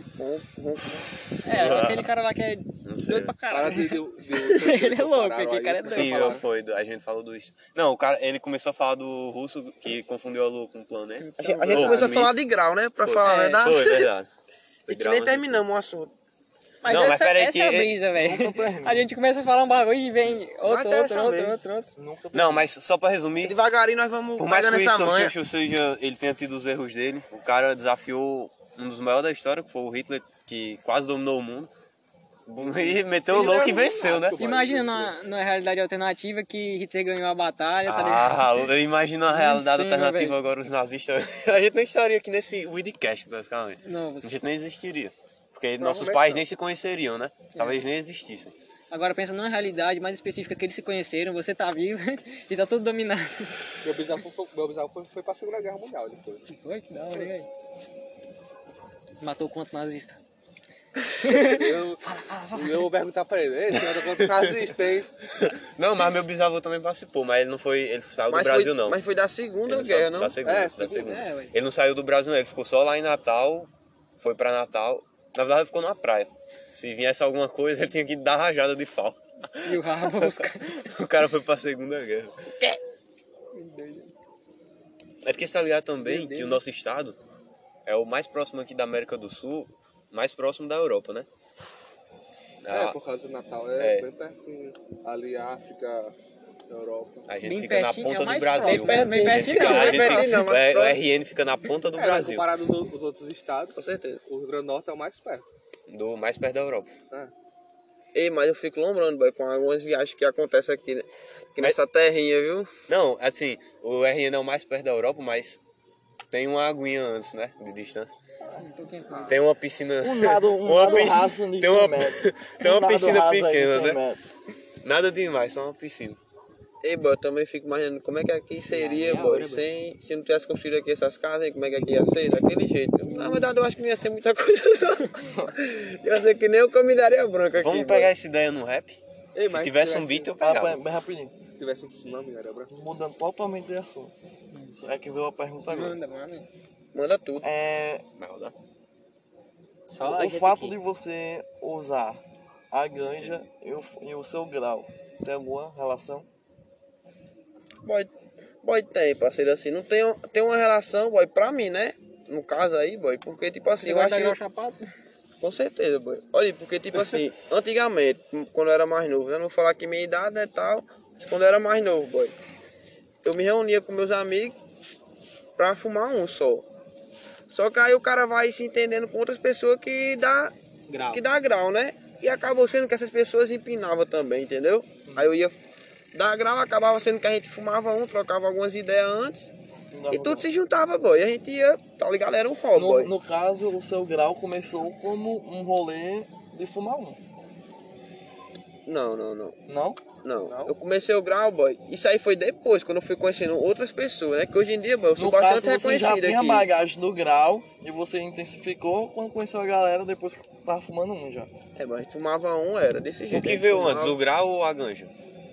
É, aquele cara lá que é Não sei. doido pra Cara caralho. de, de, de, Ele é louco, aquele cara é doido. Sim, eu, foi, a gente falou do... Não, o cara, ele começou a falar do russo que confundiu a lua com o planeta. A gente, a gente Ô, começou a com falar isso. de grau, né? Pra Foi. falar a É, verdade. Foi, verdade. E que nem terminamos o assunto. Mas Não, mas essa, peraí essa que é a é- brisa, velho. Nunca termina. A gente começa a falar um bagulho e vem outro, Mas é outro, essa outro, mesmo. outro, outro. Nunca Não, mas só pra resumir, Devagarinho nós vamos por mais que o pegando essa Winston manha. Churchill seja, ele tenha tido os erros dele, o cara desafiou um dos maiores da história, que foi o Hitler, que quase dominou o mundo. E meteu o Ele louco era e venceu, né? lunático, Imagina mano. na, na realidade alternativa que Hitler ganhou a batalha, tá ligado? Ah, eu imagino a realidade Em cima, alternativa velho. agora, os nazistas. A gente nem estaria aqui nesse Widcast, basicamente. Não, A você... gente nem existiria. Porque nossos Provavelmente pais não. nem se conheceriam, né? Talvez nem existissem. Agora pensa numa realidade mais específica que eles se conheceram, você tá vivo e tá tudo dominado. Meu bisavô foi, meu bisavô foi, foi pra Segunda Guerra Mundial depois. Foi, que da hora, velho. Matou quantos nazistas? Eu, eu vou perguntar pra ele, ei, você anda contra o nazista, hein? Não, mas meu bisavô também participou, mas ele não foi. Ele saiu do Mas Brasil, foi, não. mas foi da Segunda Ele Guerra, saiu não? Da segunda, É, da segunda. segunda. É, ué. Ele não saiu do Brasil, não. Ele ficou só lá em Natal. Foi pra Natal. Na verdade, ele ficou numa praia. Se viesse alguma coisa, ele tinha que dar rajada de pau. E o rabo, os caras... O cara foi pra Segunda Guerra. É porque você tá ligado também que o nosso estado é o mais próximo aqui da América do Sul, mais próximo da Europa, né? É, Ah, por causa do Natal, é, É. bem pertinho. Ali, África, Europa. a gente Bem fica na pertinho, é ponta o mais do Brasil. próximo. Bem A gente pertinho fica- não, a bem gente fica- pertinho não, mas é, O próximo. R N fica na ponta do É, mas Brasil, comparado aos os outros estados, Com certeza. o Rio Grande do Norte é o mais perto. do mais perto da Europa. É. Ei, mas eu fico lembrando, boy, com algumas viagens que acontecem aqui, né? Aqui Mas- nessa terrinha, viu? Não, assim, o R N é o mais perto da Europa, mas tem uma aguinha antes, né? De distância. Tem uma piscina. Um nado, um uma nado piscina- raso de tem uma, cem metros. tem uma Um nado piscina raso aí de pequena, cem né? metros. Nada demais, só uma piscina. Ei, boy, eu também fico imaginando como é que aqui seria, meia boy, hora, boy. sem, se não tivesse construído aqui essas casas, hein, como é que aqui ia ser, daquele jeito. Na verdade, eu acho que não ia ser muita coisa, não. Ia ser que nem o comidaria branca aqui, Vamos boy. pegar essa ideia no rap? Ei, Se mas tivesse se um beat, eu Ah, pegava. bem, bem rapidinho. Se tivesse um tsunami, era branco. Mudando totalmente de assunto. é que veio a pergunta agora. Manda, manda. Manda tudo. É, Merda. Só a o gente fato aqui. de você usar a ganja e o, e o seu grau, tem alguma relação? Boy, boy, tem, parceiro, assim, não tem, tem uma relação, boy, pra mim, né? No caso aí, boy, porque, tipo assim, Você eu vai acho... pegar o chapado? Com certeza, boy. Olha, porque, tipo assim, antigamente, quando eu era mais novo, né? Não vou falar que minha idade é tal, mas quando eu era mais novo, boy, eu me reunia com meus amigos pra fumar um só. Só que aí o cara vai se entendendo com outras pessoas que dá Grau. que dá grau, né? E acabou sendo que essas pessoas empinavam também, entendeu? Aí eu ia dar grau, acabava sendo que a gente fumava um, trocava algumas ideias antes. E tudo se juntava, boy. A gente ia, tá ligado? Era um hobby, No, boy. no caso, o seu grau começou como um rolê de fumar um. Não, não, não. Não? Não. Eu comecei o grau, boy. Isso aí foi depois, quando eu fui conhecendo outras pessoas, né? Que hoje em dia, boy, eu sou No caso, bastante você já reconhecido tinha aqui. bagagem do grau e você intensificou quando conheceu a galera depois que tava fumando um já. É, boy, a gente fumava um, era desse jeito. O a que gente veio fumava. antes, o grau ou a ganja?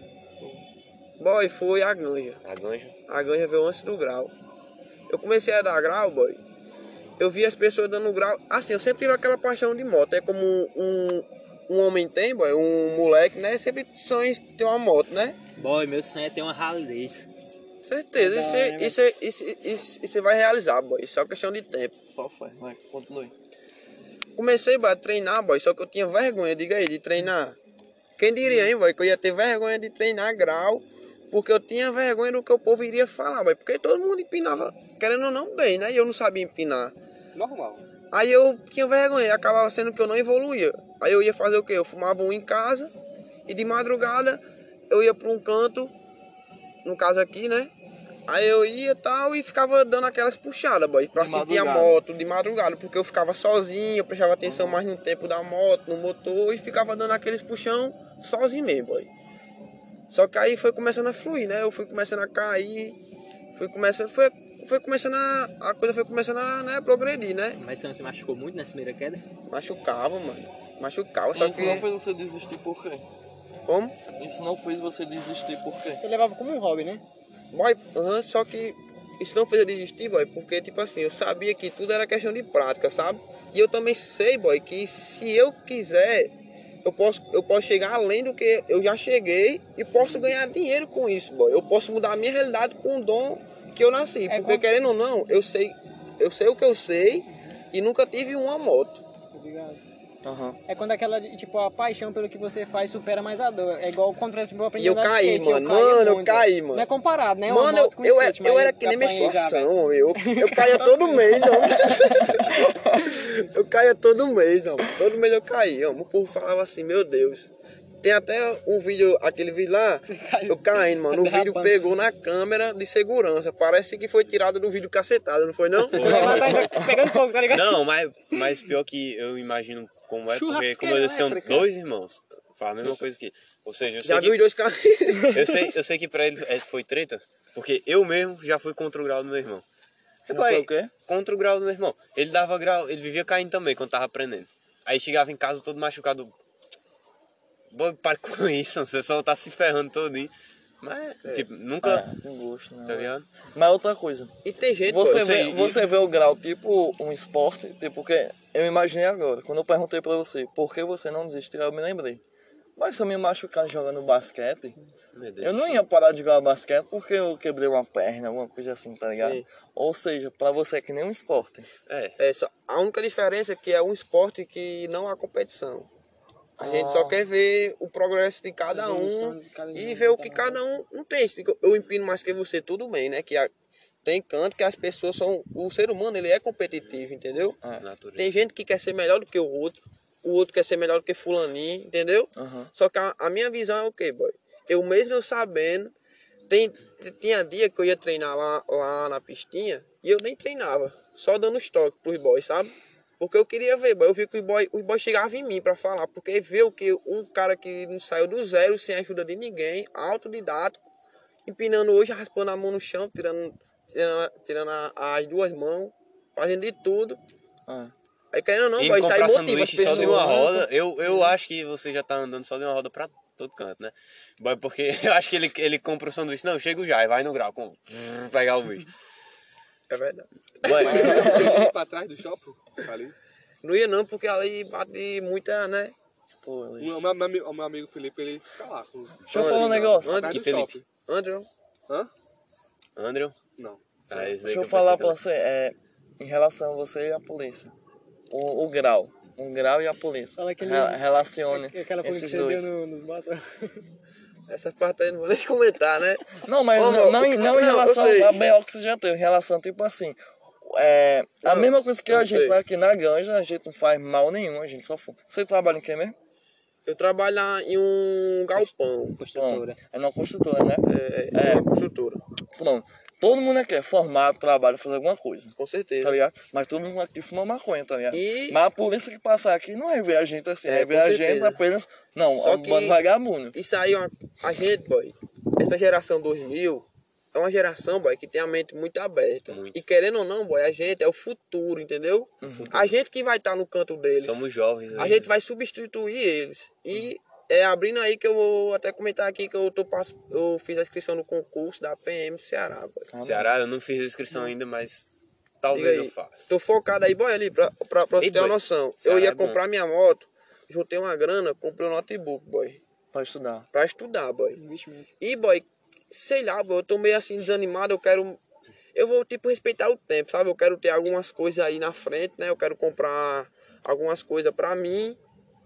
Boy, foi a ganja. A ganja? A ganja veio antes do grau. Eu comecei a dar grau, boy. Eu vi as pessoas dando grau. Assim, eu sempre tive aquela paixão de moto. É como um, um homem tem, boy, um moleque, né? Sempre sonha em ter uma moto, né? Boy, meu sonho é ter uma Harley Davidson. Certeza, isso, é- isso, é- isso, isso, isso você vai realizar, boy. Isso é uma questão de tempo. Só foi, vai, continue. Comecei, boy, a treinar, boy, só que eu tinha vergonha, diga aí, de treinar. Quem diria, hein, boy, que eu ia ter vergonha de treinar grau, porque eu tinha vergonha do que o povo iria falar, boy. Porque todo mundo empinava, querendo ou não, bem, né? E eu não sabia empinar. Normal. Aí eu tinha vergonha, e acabava sendo que eu não evoluía. Aí eu ia fazer o quê? Eu fumava um em casa e de madrugada eu ia para um canto, no caso aqui, né? Aí eu ia e tal e ficava dando aquelas puxadas, boy, pra De sentir a madrugada. moto de madrugada, porque eu ficava sozinho, eu prestava atenção mais no tempo da moto, no motor e ficava dando aqueles puxão sozinho mesmo, boy. Só que aí foi começando a fluir, né? Eu fui começando a cair, fui começando, foi, foi começando a, a coisa foi começando a, né, progredir, né? Mas você não se machucou muito nessa primeira queda? Machucava, mano, machucava, só Mas isso não que... fez você desistir por quê? Como? Isso não fez você desistir por quê? Você levava como um hobby, né? Boy, aham, só que isso não fez eu desistir, boy, porque, tipo assim, eu sabia que tudo era questão de prática, sabe? E eu também sei, boy, que se eu quiser, eu posso, eu posso chegar além do que eu já cheguei e posso ganhar dinheiro com isso, boy. Eu posso mudar a minha realidade com o dom que eu nasci. É Porque, como- querendo ou não, eu sei, eu sei o que eu sei e nunca tive uma moto. Obrigado. Aham. É quando aquela, tipo, a paixão pelo que você faz supera mais a dor. É igual quando, por exemplo, eu aprendi E eu a andar de caí, skate, mano. caía Mano, eu muito. caí, mano. Não é comparado, né? Uma Mano, eu, moto com eu, skate, era, eu mas era que nem apanhei já, menstruação, velho. homem. eu, eu caía todo mês, homem. Eu caía todo mês, homem. Todo mês eu caía, homem. O povo falava assim, meu Deus. Tem até um vídeo, aquele vídeo lá, caiu. eu caindo, mano. O vídeo Derrapando. pegou na câmera de segurança. Parece que foi tirado do vídeo cacetado, não foi não? Você vai tá ainda pegando fogo, tá ligado? Não, mas, mas pior que eu imagino como é, porque como Churrasqueira eles são elétrica. dois irmãos, fala a mesma coisa que... Ou seja, eu sei Já que, viu os dois caras? eu sei, eu sei que pra ele é- foi treta, porque eu mesmo já fui contra o grau do meu irmão. Já foi o quê? Contra o grau do meu irmão. Ele dava grau, ele vivia caindo também quando tava aprendendo. Aí chegava em casa todo machucado. Boy, para com isso, você só tá se ferrando todinho. Mas, tipo, nunca... É, tem gosto, né? Tá ligado? Mas outra coisa. E tem gente, Você, pô, eu sei, vê, e- você vê o grau tipo um esporte, tipo, porque eu imaginei agora, quando eu perguntei pra você por que você não desistiu, eu me lembrei. Mas se eu me machucar jogando basquete, Meu Deus. eu não ia parar de jogar basquete porque eu quebrei uma perna, alguma coisa assim, tá ligado? Sei. Ou seja, pra você é que nem um esporte. É, É, só, a única diferença é que é um esporte que não há competição. A gente só Ah. quer ver o progresso de cada evolução um de cada e um, ver o tá que bom. cada um não tem. Se eu empino mais que você, tudo bem, né? Que a- tem canto que as pessoas são... O ser humano, ele é competitivo, entendeu? natureza. Tem gente que quer ser melhor do que o outro. O outro quer ser melhor do que fulaninho, entendeu? Aham. Só que a, a minha visão é o quê, boy? Eu mesmo eu sabendo... Tem, tinha dia que eu ia treinar lá, lá na pistinha e eu nem treinava. Só dando estoque pros boys, sabe? Porque eu queria ver, boy. Eu vi que os boys os boy chegavam em mim pra falar. Porque ver o que um cara que não saiu do zero, sem ajuda de ninguém, autodidático, empinando hoje, raspando a mão no chão, tirando, tirando, tirando a- as duas mãos, fazendo de tudo. É. Aí querendo ou não, Indo boy, sai comprar motiva as sanduíche pessoas. só de uma roda, eu, eu acho que você já tá andando só de uma roda pra todo canto, né? Boy, porque eu acho que ele, ele compra o sanduíche, não, chego já, e vai no grau, com, pegar o bicho. É verdade. Boy, Eu ia pra trás do shopping, ali. Não ia não, porque ali bate muita, né? Pô, O meu, meu, amigo- o meu amigo Felipe, ele fica lá. Com, Deixa eu falar um negócio. Onde atrás que do Felipe? shopping. Andrew, Hã? Andrew? Não. Ah, esse daí Deixa eu que falar pensei pra você, é, em relação a você e a polícia. O, o grau. O grau e a polícia. Fala aquele- Re- relacione Aquela folha que esses você dois. deu no, nos matos. essa parte aí não vou nem comentar, né? Não, mas Ô, não, amor, não, em- não em não, eu relação sei. a B O que você já teve, em relação, tipo assim, é, a Não, mesma coisa que eu a gente sei. tá aqui na ganja, a gente não faz mal nenhum, a gente só fuma. Você trabalha em quê mesmo? Eu trabalho lá em um galpão. Construtora. É na construtora, né? É, é, é uma construtora. Pronto. Todo mundo aqui é formado, trabalha, faz alguma coisa. Com Tá certeza. ligado? Mas todo mundo aqui fuma maconha, tá ligado? E- Mas a polícia que passar aqui não vai ver a gente assim, É, vai ver com a gente certeza. apenas. Não, Só é um que- bando vagabundo. Isso aí, é uma, a gente, boy, essa geração dois mil é uma geração, boy, que tem a mente muito aberta. Muito. E querendo ou não, boy, a gente é o futuro, entendeu? A gente que vai estar no canto deles. Somos jovens. A ainda. gente vai substituir eles. E é abrindo aí que eu vou até comentar aqui que eu, tô, pass- eu fiz a inscrição no concurso da P M Ceará, boy. Ceará, eu não fiz a inscrição ainda, mas talvez Diga eu aí. faça. Tô focado aí, boy, ali, pra, pra, pra você Ei, ter uma boy, noção. Ceará Eu ia é bom. comprar minha moto, juntei uma grana, comprei um notebook, boy, Pra estudar. pra estudar, boy. Investimento. E, boy, sei lá, boy, eu tô meio assim desanimado, eu quero... Eu vou, tipo, respeitar o tempo, sabe? Eu quero ter algumas coisas aí na frente, né? Eu quero comprar algumas coisas pra mim.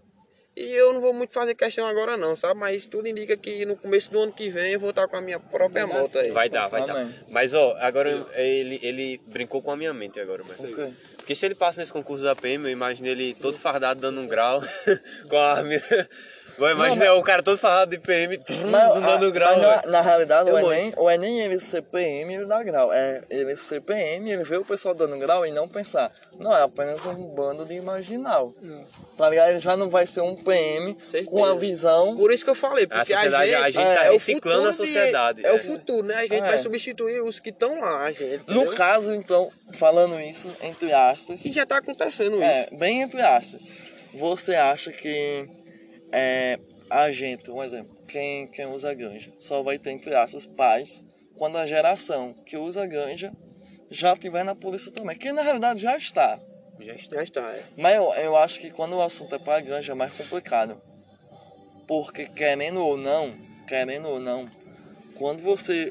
E eu não vou muito fazer questão agora não, sabe? Mas tudo indica que no começo do ano que vem eu vou estar com a minha própria moto aí. Vai dar, vai dar. Amém. Mas, ó, agora ele, ele brincou com a minha mente agora, mas... Ok. Porque se ele passa nesse concurso da P M, eu imagino ele todo fardado dando um grau com a arma. Eu imagino Não, o cara todo fardado de P M trum, Mas, dando a- grau. mas na, velho. na realidade, o Eu Enem, o Enem ele ser P M ele dá grau. É ele ser P M, ele vê o pessoal dando grau e não pensar. Não, é apenas um bando de marginal. Tá ligado? Ele já não vai ser um P M Certeza. com a visão. Por isso que eu falei, porque a, sociedade- gente, a gente tá é o reciclando futuro a sociedade, De, é o é. futuro, né? A gente É. vai substituir os que estão lá, a gente. No entendeu? caso, então, falando isso, entre aspas. E já tá acontecendo É, isso. bem entre aspas. Você acha que é, a gente, um exemplo, quem, quem usa ganja, só vai ter, entre aspas, paz quando a geração que usa ganja já estiver na polícia também. Que na realidade já está. Já está. Já está, é. Mas eu, eu acho que quando o assunto é para ganja é mais complicado. Porque querendo ou não, querendo ou não, quando você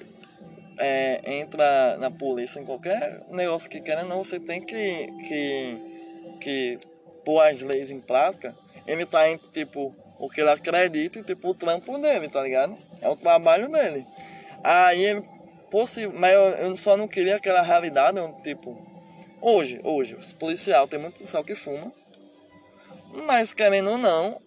é, entra na polícia em qualquer negócio que querendo ou não, você tem que, que, que pôr as leis em prática. Ele tá entre, tipo, o que ele acredita e, tipo, o trampo dele, tá ligado? É o trabalho dele. Aí ele, possi- mas eu, eu só não queria aquela realidade, eu, tipo, hoje, hoje, os policial, tem muito policial que fuma, mas querendo ou não,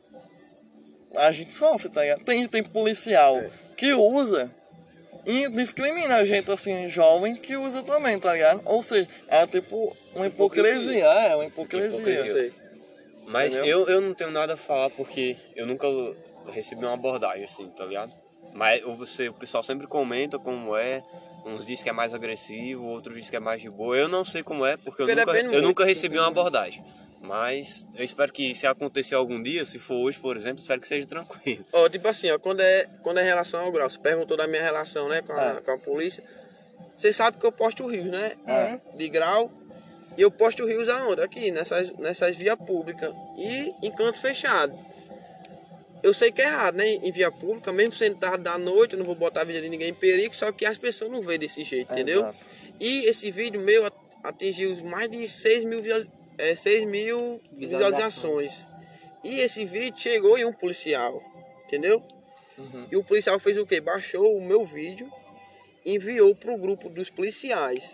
a gente sofre, tá ligado? Tem, tem policial É. que usa e discrimina a gente, assim, jovem que usa também, tá ligado? Ou seja, é tipo uma hipocrisia, é uma hipocrisia. Eu sei. Mas Entendeu? eu, eu não tenho nada a falar porque eu nunca recebi uma abordagem assim, tá ligado? Mas o, você, o pessoal sempre comenta como é. Uns dizem que é mais agressivo, outros dizem que é mais de boa. Eu não sei como é, porque eu Porque nunca, depende eu muito. nunca recebi uma abordagem. Mas eu espero que se acontecer algum dia, se for hoje, por exemplo, espero que seja tranquilo. Ó, tipo assim, ó, quando é, quando é relação ao grau, você perguntou da minha relação, né, com a, É. com a polícia. Você sabe que eu posto rios, né? É. De grau. E eu posto rios aonde? Aqui, nessas, nessas vias públicas. E em canto fechado. Eu sei que é errado, né? Em via pública, mesmo sendo tarde da noite, eu não vou botar a vida de ninguém em perigo, só que as pessoas não veem desse jeito, entendeu? Exato. E esse vídeo meu at- atingiu mais de seis mil, visual- é, seis mil visualizações. E esse vídeo chegou em um policial, entendeu? E o policial fez o quê? Baixou o meu vídeo e enviou pro grupo dos policiais.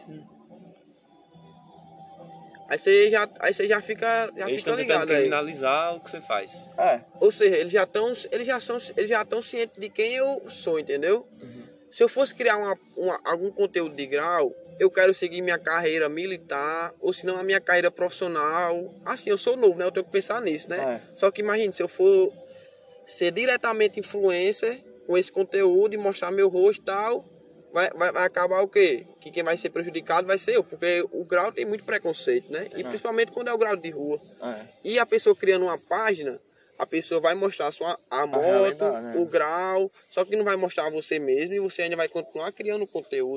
Aí você já, aí você já fica, já Eles fica estão tentando ligado aí. criminalizar o que você faz. É, Ou seja, eles já estão, eles já são, eles já estão cientes de quem eu sou, entendeu? Se eu fosse criar uma, uma- algum conteúdo de grau, eu quero seguir minha carreira militar, ou se não a minha carreira profissional. Assim, eu sou novo, né? Eu tenho que pensar nisso, né? Só que imagine, se eu for ser diretamente influencer com esse conteúdo e mostrar meu rosto e tal, vai, vai, vai acabar o quê? Que quem vai ser prejudicado vai ser eu, porque o grau tem muito preconceito, né? E principalmente quando é o grau de rua. é. E a pessoa criando uma página, a pessoa vai mostrar a, sua, a moto, realidade, né? o grau, só que não vai mostrar você mesmo e você ainda vai continuar criando conteúdo.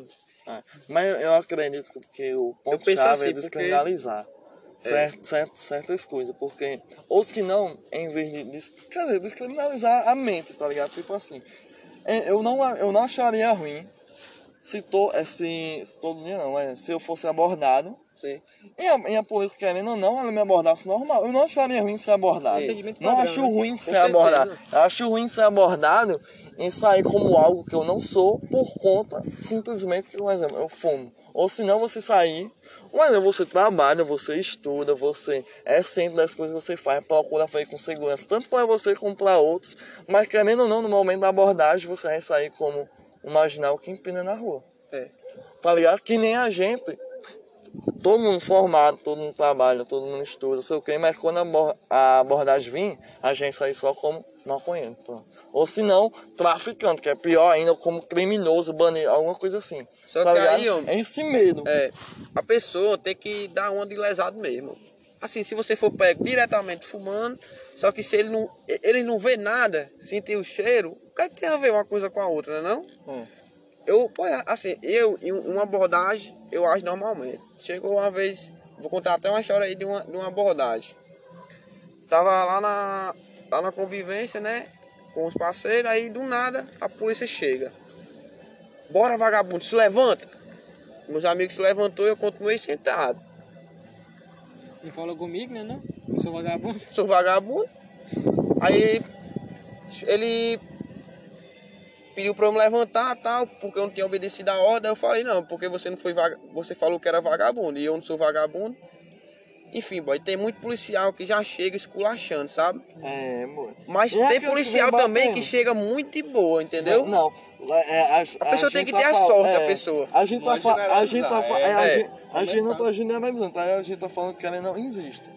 É, mas eu acredito que o penso ponto-chave assim, é porque- descriminalizar certo, certo, certas coisas, porque, ou se não, em vez de des- quer dizer, descriminalizar a mente, tá ligado? Tipo assim, é, eu não, eu não acharia ruim se, to, é, se, se todo dia não, é, se eu fosse abordado, Sim. e a, e a polícia querendo ou não, ela me abordasse normal. Eu não acharia ruim ser abordado. Procedimento Não padrão, acho né? ruim Com ser certeza. abordado. Eu acho ruim ser abordado em sair como algo que eu não sou por conta, simplesmente, por exemplo, eu fumo. Ou se não, você sair, mas você trabalha, você estuda, você é ciente das coisas que você faz, procura fazer com segurança, tanto para você como para outros. Mas querendo ou não, no momento da abordagem, você vai sair como um marginal que empina na rua. É. Tá ligado? Que nem a gente. Todo mundo formado, todo mundo trabalha, todo mundo estuda, não sei o que, mas quando a, abor- a abordagem vir, a gente sai só como maconheiro. Pronto. Ou se não, traficante, que é pior ainda, como criminoso, bandido, alguma coisa assim. Só tá que ligado? aí, homem, é esse medo. É, a pessoa tem que dar uma de lesado mesmo. Assim, se você for pego diretamente fumando, só que se ele não, ele não vê nada, sentir o cheiro, o que é que tem a ver uma coisa com a outra, não? Hum. Eu, pô, assim, eu, em uma abordagem, eu acho normalmente. Chegou uma vez, vou contar até uma história aí de uma, de uma abordagem. Tava lá na, lá na convivência, né, com os parceiros, aí do nada a polícia chega. Bora, vagabundo, se levanta. Meus amigos se levantou e eu continuei sentado. Não fala comigo, né? Não? Eu sou vagabundo. Sou vagabundo. Aí ele pediu pra eu me levantar tal, porque eu não tinha obedecido a ordem. Eu falei, não, porque você não foi vaga... você falou que era vagabundo e eu não sou vagabundo. Enfim, boy, tem muito policial que já chega esculachando, sabe? É, amor. Mas E tem aqueles que policial vem também batendo? que chega muito de boa, entendeu? Não, é, a, A pessoa tem gente que tá ter a fal- sorte, é, a pessoa. A gente Não tá, é fa- a gente tá, fa- é, a é, gente, a gente não tá generalizando, tá? A gente tá falando que ela não existe.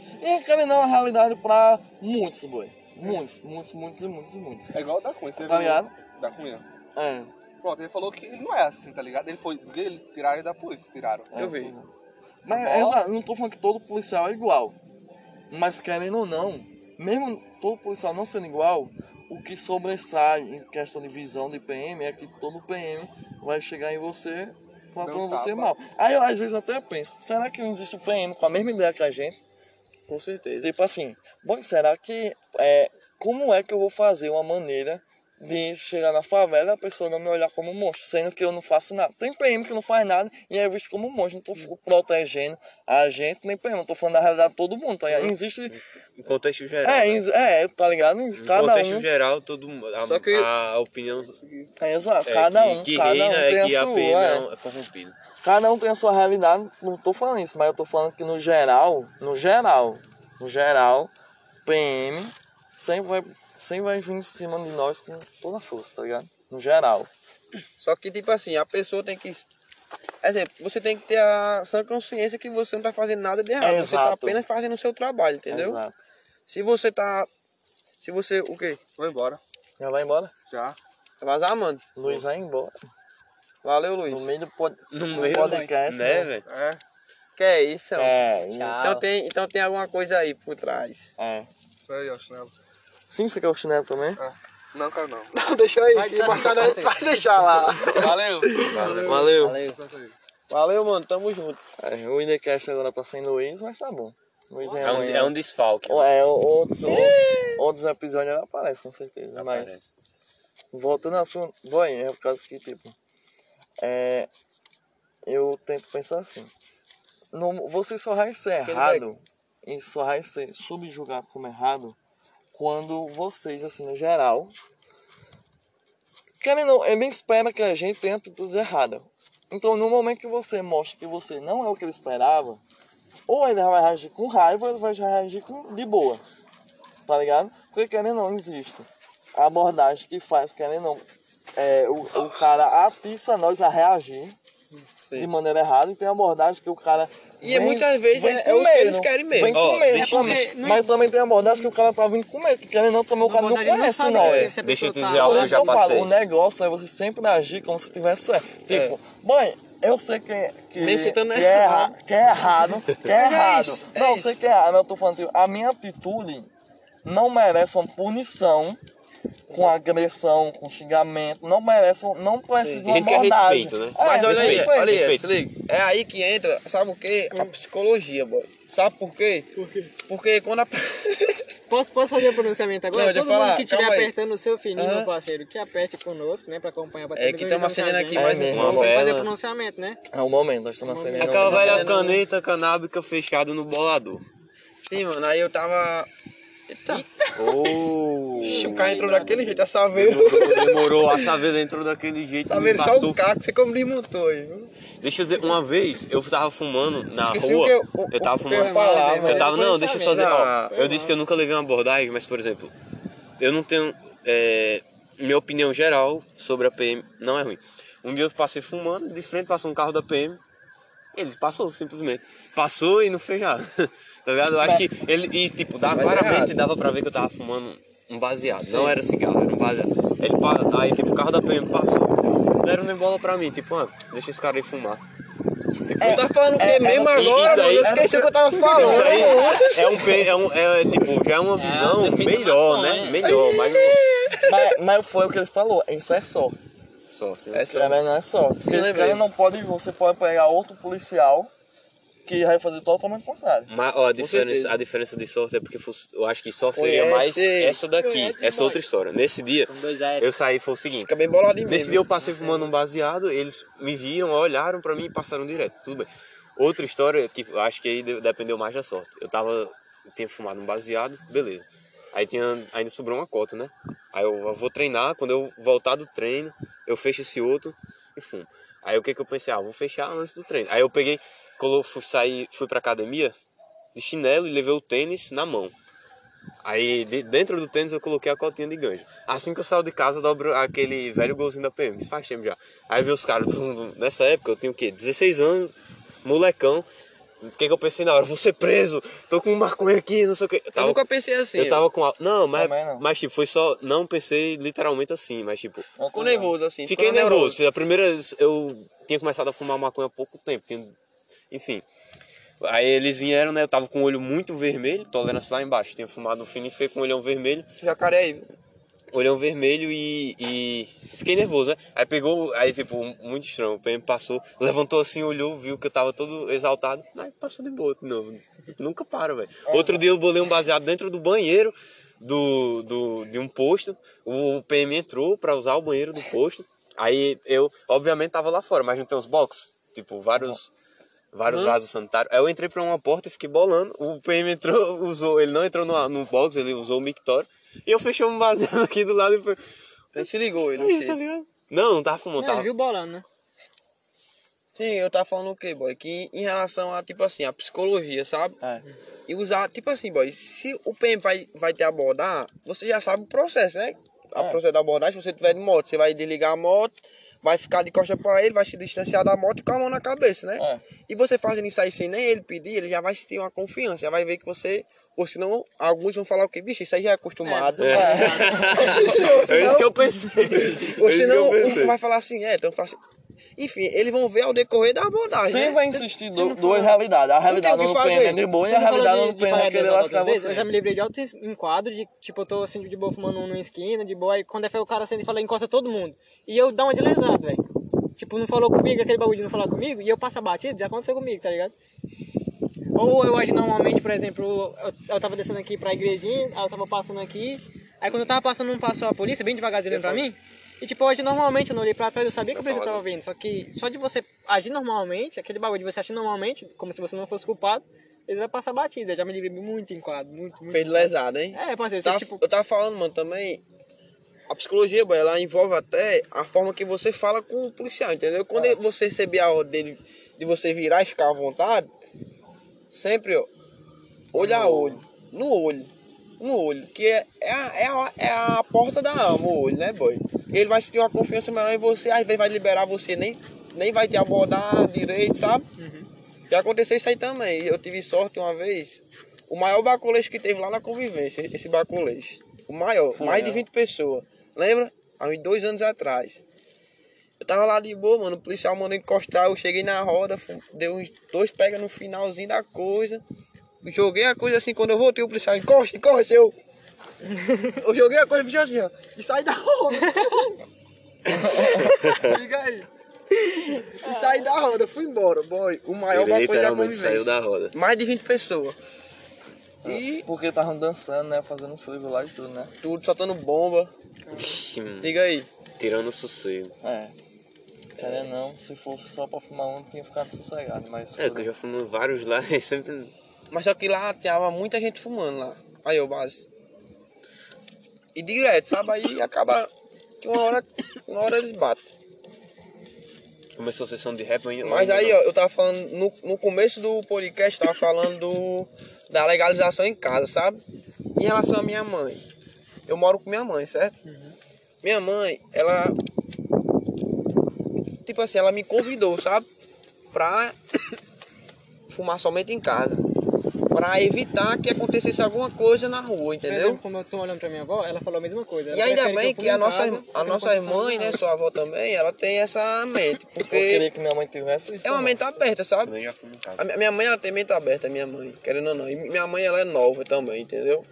E que ela não é uma realidade pra muitos, boy. Muitos, muitos, muitos e muitos e muitos. É igual o da Cunha, você Tá viu? ligado? Da Cunha. É. Pronto, ele falou que ele não é assim, tá ligado? Ele foi dele, tiraram ele da polícia, tiraram. Eu vi. Mas essa, não tô falando que todo policial é igual. Mas querendo ou não, mesmo todo policial não sendo igual, o que sobressai em questão de visão de P M é que todo P M vai chegar em você tratando você tapa. mal. Aí eu às vezes até penso, será que não existe P M com a mesma ideia que a gente? Com certeza. Tipo assim, bom, será que, é, como é que eu vou fazer uma maneira de chegar na favela e a pessoa não me olhar como monstro, sendo que eu não faço nada? Tem P M que não faz nada e é visto como monstro, não tô protegendo a gente, nem P M, não tô falando da realidade de todo mundo, tá ligado? Existe, Em contexto geral. é, né? ex- é, tá ligado? Em Cada contexto um, geral, todo mundo. A, Só que- a opinião é, exato, é, cada que, um, que cada reina um é tem que a a sua, pena é. é corrompida. Cada um tem a sua realidade, não tô falando isso, mas eu tô falando que no geral, no geral, no geral, P M sempre vai, sempre vai vir em cima de nós com toda a força, tá ligado? No geral. Só que, tipo assim, a pessoa tem que... Exemplo, você tem que ter a sã consciência que você não tá fazendo nada de errado. É, você tá exato. apenas fazendo o seu trabalho, entendeu? Exato. Se você tá... Se você... O quê? Vou embora. Já vai embora? Já. Vai vazar, mano? Luiz vai embora. Valeu, Luiz. No meio do, pod... No do meio, podcast. né, velho? É. Que é isso, mano? É, isso. Então tem, então tem alguma coisa aí por trás. É. Aí, ó, chinelo. Sim, você quer o chinelo também? É. Não, quero não. Não, deixa aí. Vai, que tá embarcador assim, a gente vai deixar lá. Valeu. Valeu. Valeu. Valeu. Valeu, mano. Tamo junto. É, o Idecast agora tá sem Luiz, mas tá bom. Luiz é, É um, amanhã. é um desfalque. Ou É, outros, outros, outros episódios ela aparece, com certeza. Mas, Aparece. voltando ao assunto, bom, é por causa que, tipo, é, eu tento pensar assim, não, você só vai ser errado, e só vai ser subjugado como errado, quando vocês, assim, no geral, querem não, ele espera que a gente tenha atitudes erradas. Então, no momento que você mostra que você não é o que ele esperava, ou ele vai reagir com raiva, ou ele vai reagir com, de boa. Tá ligado? Porque querendo ou não, existe a abordagem que faz, querendo ou não, é, o, o cara atiça nós a reagir de maneira errada, e tem a abordagem que o cara. E muitas vezes vem é- com é os que medo, eles querem mesmo. Vem com Ó, medo, deixa eu- também. porque não- Mas também tem a abordagem que o cara tá vindo com medo, que querendo ou não, também o cara não abordagem não conhece sabe nós. se a Deixa eu te pessoa dizer tá- algo. Por Eu isso já que eu falo, passei. o negócio é você sempre agir como se tivesse certo. Tipo, mãe, eu sei que, que, Mesmo você tando que, é, errado. erra- que é errado, que é Mas é errado. isso, é não, eu isso. sei que é errado, mas eu tô falando, tipo, a minha atitude não merece uma punição com agressão, com xingamento, não merece, não precisa de uma Ele quer abordagem. respeito, né? É, Mas olha aí, respeito. olha aí, respeito. se liga. É aí que entra, sabe o quê? A psicologia, boy. Sabe por quê? Por quê? Porque quando a... Posso, posso fazer o pronunciamento agora? Não, deixa eu Todo mundo falar, que estiver calma aí. apertando o seu fininho, Aham. meu parceiro, que aperte conosco, né, pra acompanhar. Pra É que estamos acendendo aqui mais um É mesmo. pouco. Vamos fazer o vela. pronunciamento, né? É o momento, nós estamos acendendo. Aquela o momento. velha caneta canábica fechada no bolador. Sim, mano, aí eu tava... Eita. Oh. Ixi, o cara entrou daquele jeito, a saveira. Demorou, demorou, a saveira entrou daquele jeito que me Saveira só passou. o caco, você como desmontou aí, viu? Deixa eu dizer, uma vez eu tava fumando na Esqueci rua. o que eu- o- eu tava o que eu fumando. ia falar, eu velho. tava, não, deixa eu só dizer, ó. Ah, Eu disse que eu nunca levei uma abordagem, mas por exemplo, eu não tenho. É, minha opinião geral sobre a P M não é ruim. Um dia eu passei fumando, de frente passou um carro da P M. Ele passou, simplesmente. Passou e não fez nada. Tá ligado? Eu acho que ele. E tipo, dava, Mas claramente errado. dava pra ver que eu tava fumando um baseado. Não era cigarro, era um baseado. Ele, pa- aí tipo, o carro da P M passou, deram nem bola pra mim, tipo, ah, deixa esse cara aí fumar. Tipo, Eu tava falando o quê é, mesmo é, agora, isso mano? aí- Eu esqueci o que eu tava falando. Isso aí é um, pe- é um é, tipo, já é uma visão você fez melhor, uma né? maconha. Melhor, mas Mas, mas foi o que ele falou, isso é sorte. só, assim, É Isso só... não é sorte. Porque lembrei. cara não pode, você pode pegar outro policial que vai fazer totalmente o contrário. Mas ó, a, diferença, certeza. a diferença de sorte é porque fosse- eu acho que sorte seria mais Conhece. essa daqui, Conhece, essa boy. outra história. Nesse dia, dois S. eu saí foi o seguinte. Fica bem boladinho Nesse mesmo. dia eu passei fumando um baseado, eles me viram, olharam pra mim e passaram direto, tudo bem. Outra história que eu acho que aí de- dependeu mais da sorte. Eu tava, eu tinha fumado um baseado, beleza. Aí tinha, ainda sobrou uma cota, né? Aí eu, eu vou treinar, quando eu voltar do treino, eu fecho esse outro e fumo. Aí o que que eu pensei? Ah, vou fechar antes do treino. Aí eu peguei, colo, fui sair, fui pra academia de chinelo e levei o tênis na mão. Aí de- dentro do tênis eu coloquei a cotinha de ganja. Assim que eu saio de casa, eu dobro aquele velho golzinho da P M. Isso faz tempo já. Aí vi os caras, tudo- nessa época eu tinha o quê? dezesseis anos, molecão. O que que eu pensei na hora? Vou ser preso, tô com maconha aqui, não sei o que. Eu nunca pensei assim. Eu tava com. a- Não, mas, Também não. mas tipo, foi só. Não pensei literalmente assim, mas tipo. Ficou nervoso assim. Fiquei ficou nervoso. A primeira vez eu tinha começado a fumar maconha há pouco tempo. tinha- Enfim. Aí eles vieram, né? Eu tava com o olho muito vermelho, tolerância lá embaixo. Tinha fumado um fino e fiquei com o olhão vermelho. Jacaré aí, viu? Olhão vermelho e, e fiquei nervoso, né? Aí pegou, aí tipo, muito estranho. O P M passou, levantou assim, olhou, viu que eu tava todo exaltado. Aí passou de boa de novo. Nunca para, velho. Outro dia eu bolei um baseado dentro do banheiro do, do, de um posto. O P M entrou pra usar o banheiro do posto. Aí eu, obviamente, tava lá fora, mas não tem os box? Tipo, vários. Vários vasos sanitários. Aí eu entrei pra uma porta e fiquei bolando. O P M entrou, usou, ele não entrou no, no box, ele usou o mictório. E eu fechei um baseado aqui do lado e foi. Ele se ligou, ele. Ih, Não tá sei. ligado? Não, não tava fumando, Não, tava. ele viu bolando, né? Sim, eu tava falando o quê, boy? Que em relação a, tipo assim, a psicologia, sabe? É. E usar, tipo assim, boy, se o P M vai, vai te abordar, você já sabe o processo, né? A É. processo da abordagem, se você tiver de moto, você vai desligar a moto, vai ficar de costa para ele, vai se distanciar da moto e com a mão na cabeça, né? É. E você fazendo isso aí sem nem ele pedir, ele já vai sentir uma confiança, já vai ver que você... Ou senão, alguns vão falar o quê? Bicho, isso aí já é acostumado. É. É isso que eu pensei. Ou É isso que senão, eu um pensei. vai falar assim, é, então faço... Enfim, eles vão ver ao decorrer da abordagem, Sempre né? vai insistir du- duas realidades. A realidade tem o no que P M fazer. é de boa e Você a não falou realidade de- no de P M é parar aquele dessa lascar outras vezes? você. Eu já me livrei de altos enquadros de, tipo, eu tô assim de boa fumando um numa esquina, de boa, aí quando é feio o cara senta e fala, encosta todo mundo. E eu dou uma de lesado, velho. Tipo, não falou comigo, aquele bagulho de não falar comigo, e eu passo a batida, já aconteceu comigo, tá ligado? Ou eu agi normalmente, por exemplo, eu, eu tava descendo aqui pra igrejinha, aí eu tava passando aqui, aí quando eu tava passando, não passou a polícia, bem devagarzinho olhando pra mim, e tipo, eu agi normalmente, eu não olhei pra trás, eu sabia que a polícia tava vindo, só que só de você agir normalmente, aquele bagulho de você agir normalmente, como se você não fosse culpado, eles vão passar batida, já me livrei muito em quadro, muito, muito. Fez lesado, hein? É, parceiro, Tá- você, tipo, Eu tava falando, mano, também. A psicologia, boy, ela envolve até a forma que você fala com o policial, entendeu? Quando ele- você receber a ordem dele de você virar e ficar à vontade, sempre, ó, olho a olho, no olho, no olho, que é, é, a, é, a, é a porta da alma, o olho, né, boy? Ele vai sentir uma confiança melhor em você, às vezes vai liberar você, nem, nem vai te abordar direito, sabe? Já aconteceu isso aí também. Eu tive sorte uma vez. O maior bacolês que teve lá na convivência, esse bacolês. O maior, mais de vinte pessoas. Lembra? Há uns dois anos atrás. Eu tava lá de boa, mano. O policial mandou encostar. Eu cheguei na roda, fu- deu uns dois pega no finalzinho da coisa. Joguei a coisa assim. Quando eu voltei, o policial encosta, encosta. Eu. Eu joguei a coisa e fiz assim, ó. E sai da roda. Liga aí. E saí da roda, fui embora, boy. O maior Ele bagulho da literalmente convivência. saiu da roda. Mais de vinte pessoas. E Porque estavam dançando, né? Fazendo frevo lá e tudo, né? tudo soltando bomba. Ixi, mano, Liga aí. tirando o sossego. É. Querendo não, se fosse só pra fumar um, tinha ficado sossegado, mas... É, que eu já fumei vários lá e sempre... Mas só que lá tinha muita gente fumando lá. Aí eu base. E direto, sabe? Aí acaba que uma hora, uma hora eles batem. Começou a sessão de rap ainda. Mas aí, ó, eu tava falando, no, no começo do podcast, tava falando do, da legalização em casa, sabe? Em relação à minha mãe. Eu moro com minha mãe, certo? Uhum. Minha mãe, ela... Tipo assim, ela me convidou, sabe? Pra fumar somente em casa. Pra evitar que acontecesse alguma coisa na rua, Por entendeu? exemplo, como eu tô olhando pra minha avó, ela falou a mesma coisa. E Ela ainda prefere bem eu que fume a em nossa, casa, a porque não nossa acontece mãe, nada. né, sua avó também, ela tem essa mente. Eu queria Porque que minha mãe tivesse isso é uma também. mente aberta, sabe? Também já fumo em casa. A minha- minha mãe, ela tem mente aberta, minha mãe, querendo ou não. E minha mãe, ela é nova também, entendeu?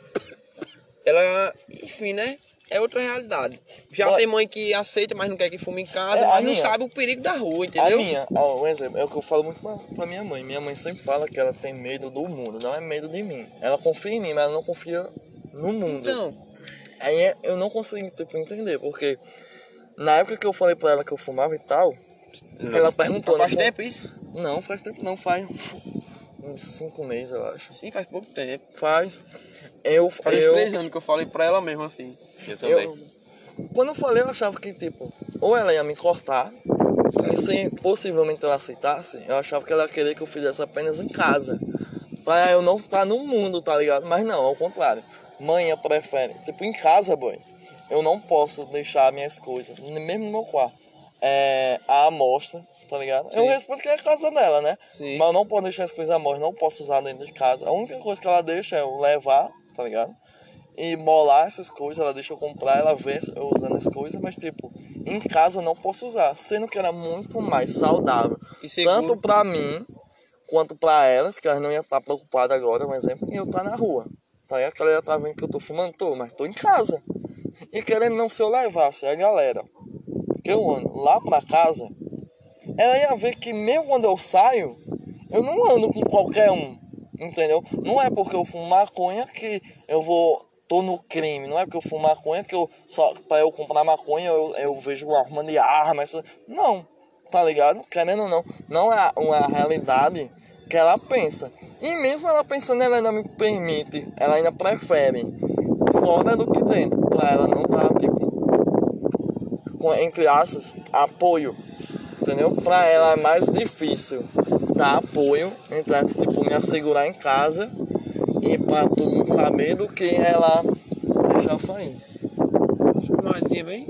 Ela, enfim, né? É outra realidade. Já Olha- tem mãe que aceita, mas não quer que fume em casa, É, a mas não minha- sabe o perigo da rua, A entendeu? minha, ó, um exemplo, é o que eu falo muito pra, pra minha mãe. Minha mãe sempre fala que ela tem medo do mundo, não é medo de mim. Ela confia em mim, mas ela não confia no mundo. Então, Aí é- eu não consigo tipo, entender, porque na época que eu falei pra ela que eu fumava e tal, ela perguntou... faz não foi- tempo isso? Não, faz tempo não, faz uns cinco meses, eu acho. Sim, faz pouco tempo. Faz. Eu, Faz uns eu, três anos que eu falei pra ela mesmo assim. Eu também. eu, quando eu falei, eu achava que, tipo, ou ela ia me cortar, e se possivelmente ela aceitasse, eu achava que ela ia querer que eu fizesse apenas em casa, pra eu não estar no mundo, tá ligado? Mas não, ao contrário. Mãe, eu prefere, tipo, em casa, boy, eu não posso deixar minhas coisas, mesmo no meu quarto, é, à amostra, tá ligado? Eu Sim. respeito que é a casa dela, né? Sim. Mas eu não posso deixar as coisas à mostra, não posso usar dentro de casa. A única coisa que ela deixa é eu levar, tá ligado? E bolar essas coisas, ela deixa eu comprar, ela vê eu usando as coisas, mas tipo, em casa eu não posso usar, sendo que era muito mais saudável, E seguro. tanto pra mim, quanto pra elas, que elas não iam estar preocupadas agora, um exemplo, em eu estar na rua. Tá ligado? Que ela já tá vendo que eu tô fumando, tô, mas tô em casa. E querendo não, se eu levasse a galera que eu ando lá pra casa, ela ia ver que mesmo quando eu saio, eu não ando com qualquer um, entendeu? Não é porque eu fumo maconha que eu vou... tô no crime, não é porque eu fumo maconha que eu só pra eu comprar maconha eu, eu vejo uma arma de arma, essa... não, tá ligado? Querendo ou não, não é uma realidade que ela pensa. E mesmo ela pensando, ela ainda me permite, ela ainda prefere fora do que dentro, pra ela não dar, tipo, com, entre aspas, apoio, entendeu? Pra ela é mais difícil dar apoio, entre aspas, tipo, me assegurar em casa e pra todo mundo saber do que ela deixar eu sair. Fumadinha bem.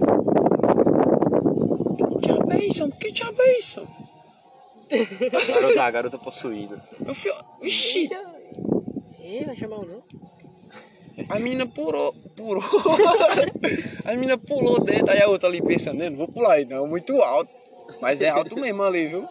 Que diabo é isso? Que diabo é isso? Garota, a garota possuída. Meu filho, vixi. Ih, vai chamar um não? A menina pulou, pulou. A menina pulou dentro, aí a outra ali pensando, "Né, não vou pular aí não, muito alto. Mas é alto mesmo ali, viu?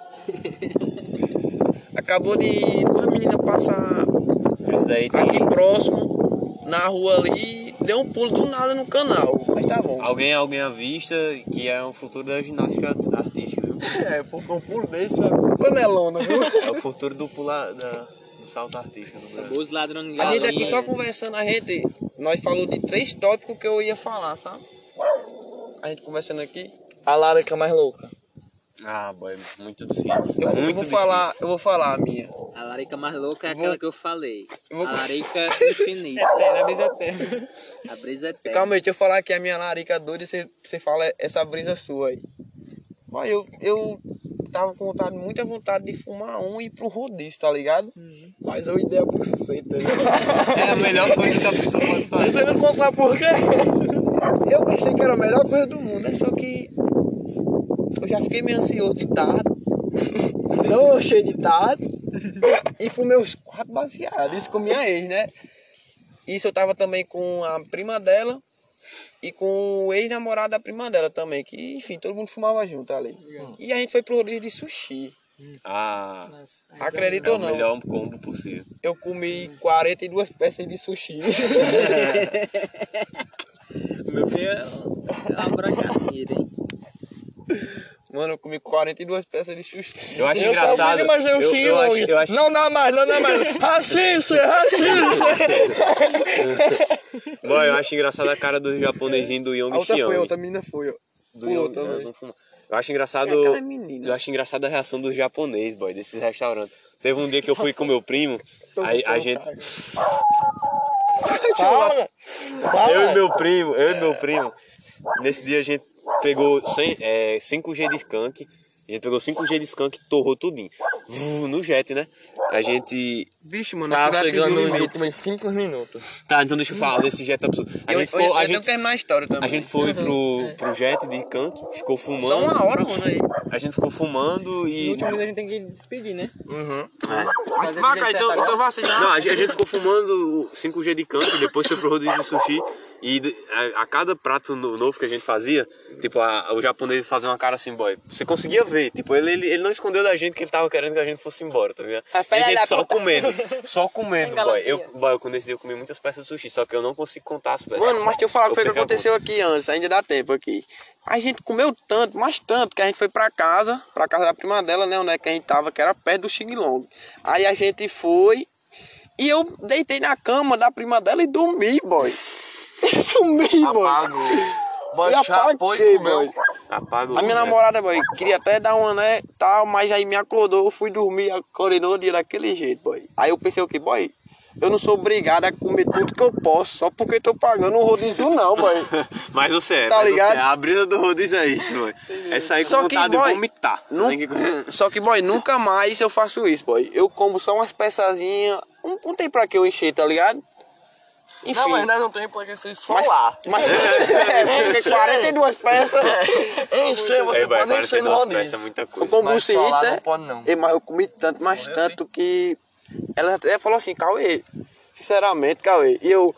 Acabou de duas meninas passar Isso daí tem... aqui próximo, na rua ali, deu um pulo do nada no canal. Mas tá bom. Alguém, alguém à vista que é o futuro da ginástica artística, viu? É, porque um pulo desse é uma canelona, viu? É o futuro do pular, da, do salto artístico no Brasil. Os ladrões de A gente aqui galinha. só conversando, a gente, nós falou de três tópicos que eu ia falar, sabe? A gente conversando aqui. A larica mais louca. Ah, boy, muito difícil. Eu, eu muito vou difícil. falar, eu vou falar a minha. A larica mais louca é Vou- aquela que eu falei. eu vou- A larica infinita. Eterna, a brisa eterna. A brisa eterna. Calma aí, deixa eu falar aqui a minha larica doida e você, você fala essa brisa sua aí. Mas eu, eu tava com vontade, muita vontade de fumar um e ir pro rodízio, tá ligado? Mas eu ideia por cento, né? É a melhor coisa que a pessoa pode fazer. Você me contar por quê? Eu pensei que era a melhor coisa do mundo, né? Só que eu já fiquei meio ansioso de tarde. Não achei de tarde. E fumei uns quatro baseados. Isso com minha ex, né? Isso eu tava também com a prima dela e com o ex-namorado da prima dela também. Que, enfim, todo mundo fumava junto ali. E a gente foi pro rodízio de sushi. Ah, Nossa, aí Acredita é ou o não? melhor combo possível. Eu comi quarenta e duas peças de sushi. Meu filho é uma brincadeira, hein? Mano, eu comi quarenta e duas peças de sushi. Eu acho Eu engraçado. só imaginei o eu, Xing eu acho, Long. eu acho, Não dá mais, não dá mais. Rachixe, rachixe. Bom, eu acho engraçado a cara do japonesinho do Yong A outra foi, a Xiang. outra menina foi, ó. Do Pulou Yong, também. elas não fumam. Eu acho engraçado. E aquela menina? Eu acho engraçado a reação dos japoneses, boy, desses restaurantes. Teve um dia que eu fui com meu primo, aí a gente. Fala, Eu e meu primo, eu e meu primo. Nesse dia a gente pegou cem, é, cinco G de skunk. A gente pegou cinco G de skunk e torrou tudinho. Vuu, no jet, né? A gente. Vixe, mano, Tá aquilo atingiu chegando o nos limite. últimos cinco minutos. Tá, então deixa eu falar desse jet absurdo. A Eu, gente eu, ficou. eu A tenho que gente, terminar a história também. a gente foi pro, pro jet de skunk, ficou Só fumando. uma hora, mano, aí. A gente ficou fumando No e. último vídeo a gente tem que despedir, né? Uhum. Fazer do Vai, jeito cara, certo então, agora. então vai, você já... Não, a gente, a gente ficou fumando cinco G de canto, depois foi pro rodízio de sushi. E de- a, a cada prato no- novo que a gente fazia, tipo, a, o japonês fazia uma cara assim, boy. Você conseguia ver, tipo, ele, ele, ele não escondeu da gente que ele tava querendo que a gente fosse embora, tá ligado? E a filha gente da só puta. comendo, só comendo, Sem boy. Eu, galantia. boy, eu nesse dia eu comi muitas peças de sushi, só que eu não consigo contar as peças. Mano, mas deixa eu falar o que foi que perco a aconteceu aqui antes, ainda dá tempo aqui. A gente comeu tanto, mas tanto, que a gente foi pra casa, pra casa da prima dela, né, onde é que a gente tava, que era perto do Xing Long. Aí a gente foi e eu deitei na cama da prima dela e dormi, boy. Dormi, boy. Apago. Boy, Eu chapou e apaguei, comeu. boy. Apaga o A minha né? namorada, boy, queria até dar uma, né, tal, mas aí me acordou, eu fui dormir, acordei no dia daquele jeito, boy. Aí eu pensei o que, boy? Eu não sou obrigado a comer tudo que eu posso, só porque tô pagando um rodízio não, boy. Mas você é, Tá mas ligado? você é. A brisa do rodízio é isso, boy. É sair com Só que, vontade de boy, vomitar. Você nu- tem que... Só que, boy, nunca mais eu faço isso, boy. Eu como só umas peçazinhas, não, não tem pra que eu encher, tá ligado? Enfim. Não, mas nós não tem pra que você mas, esfolar. mas é, porque quarenta e duas peças. Encher, você É, boy, pode encher no quarenta e duas peças é rodízio. muita Eu coisa. como Mas bucite, falar é. não pode não. E, mas eu comi tanto, mas tanto que ela até falou assim, Cauê, sinceramente, Cauê, e eu.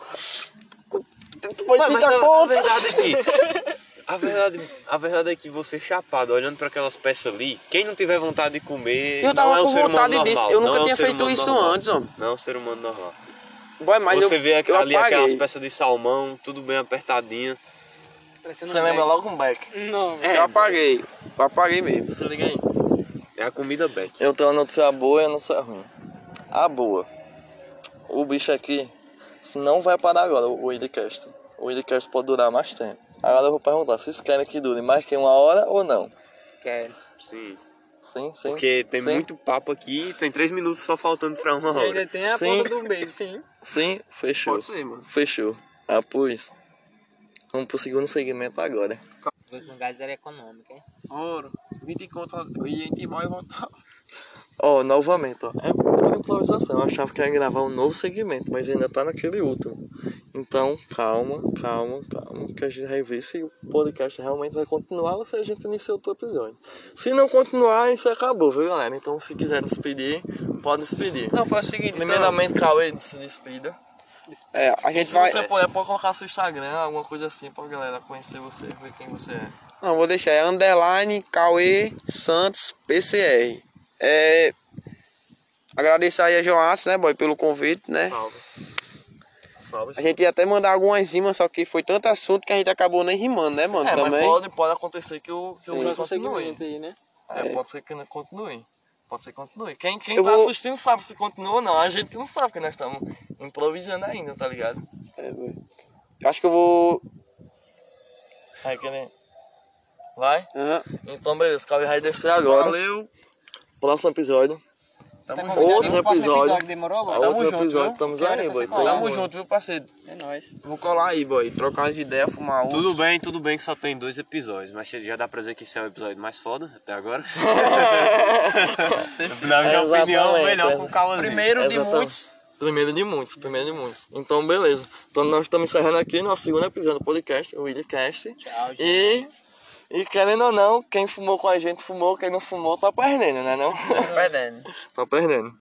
Tu foi Mas, mas ficar a, a conta. verdade é que. A verdade, a verdade é que você chapado, olhando para aquelas peças ali, quem não tiver vontade de comer. Eu tava não é um com ser humano vontade normal, disso, eu não nunca é um tinha ser feito humano isso normal. antes, homem. Não é um ser humano normal. Boy, mas Você eu, vê aqu- eu ali aquelas apaguei. peças de salmão, tudo bem apertadinha. Parecendo Você um lembra bag. logo um beck. Não, Eu apaguei. Eu apaguei mesmo. Se liga aí. É a comida Beck. Eu tenho uma notícia boa e uma notícia ruim. A boa. O bicho aqui não vai parar agora, o Idcast. O Idcast pode durar mais tempo. Agora eu vou perguntar, vocês querem que dure mais que uma hora ou não? quero. Sim. Sim, sim. Porque tem sim, muito papo aqui, tem três minutos só faltando pra uma E ainda hora. tem a Sim. ponta do beijo, sim. Sim, fechou. Pode ser, mano. Fechou. Ah, pois. Vamos pro segundo segmento agora. Se fosse no gás era econômico, hein? Ouro. vinte conto, eu ia intimar e voltar. Ó, novamente, ó. É por improvisação. Eu achava que ia gravar um novo segmento, mas ainda tá naquele último. Então, calma, calma, calma, que a gente vai ver se o podcast realmente vai continuar ou se a gente inicia outro episódio. Se não continuar, isso acabou, viu, galera? Então, se quiser despedir, pode despedir. Não, foi o seguinte, Primeiramente, Cauê, se despida. é, a gente Se vai... você puder, pode colocar seu Instagram, alguma coisa assim, pra galera conhecer você, ver quem você é. Não, vou deixar, é underline Cauê Santos P C R. É... Agradecer aí a Joás, né, boy, pelo convite, né? Salve. Salve. A gente ia até mandar algumas rimas, só que foi tanto assunto que a gente acabou nem rimando, né, mano? É, mas também. pode, pode acontecer que o, que Sim. o Vai vídeo conseguir continue. muito aí, né? É, pode ser que não continue. Pode ser que continue. Quem, quem Eu tá vou- assistindo sabe se continua ou não. A gente não sabe, porque nós estamos improvisando ainda, tá ligado? É, boy. Eu acho que eu vou... Aí, querendo. Vai? Aham. Então, beleza. Cauê vai descer agora. Valeu. Próximo episódio. Tamo Tá junto. convidado Outros pro próximo episódios. episódio, demorou, boy? Tamo Outros junto, episódios. viu? Estamos Quero aí, só boy. você colar. Tamo junto, viu, parceiro? É nóis. Vou colar aí, boy. Trocar umas ideias, fumar um. Tudo bem, tudo bem que só tem dois episódios, mas já dá pra dizer que esse é o episódio mais foda até agora. Na minha Exatamente, opinião, o melhor exa- com o Cauãzinho. Primeiro de Exatamente. muitos. Primeiro de muitos, primeiro de muitos. Então, beleza. Então, nós estamos encerrando aqui nosso segundo episódio do podcast, o Idcast. Tchau, gente. E, e querendo ou não, quem fumou com a gente fumou, quem não fumou tá perdendo, né não? Perdendo. Tá perdendo.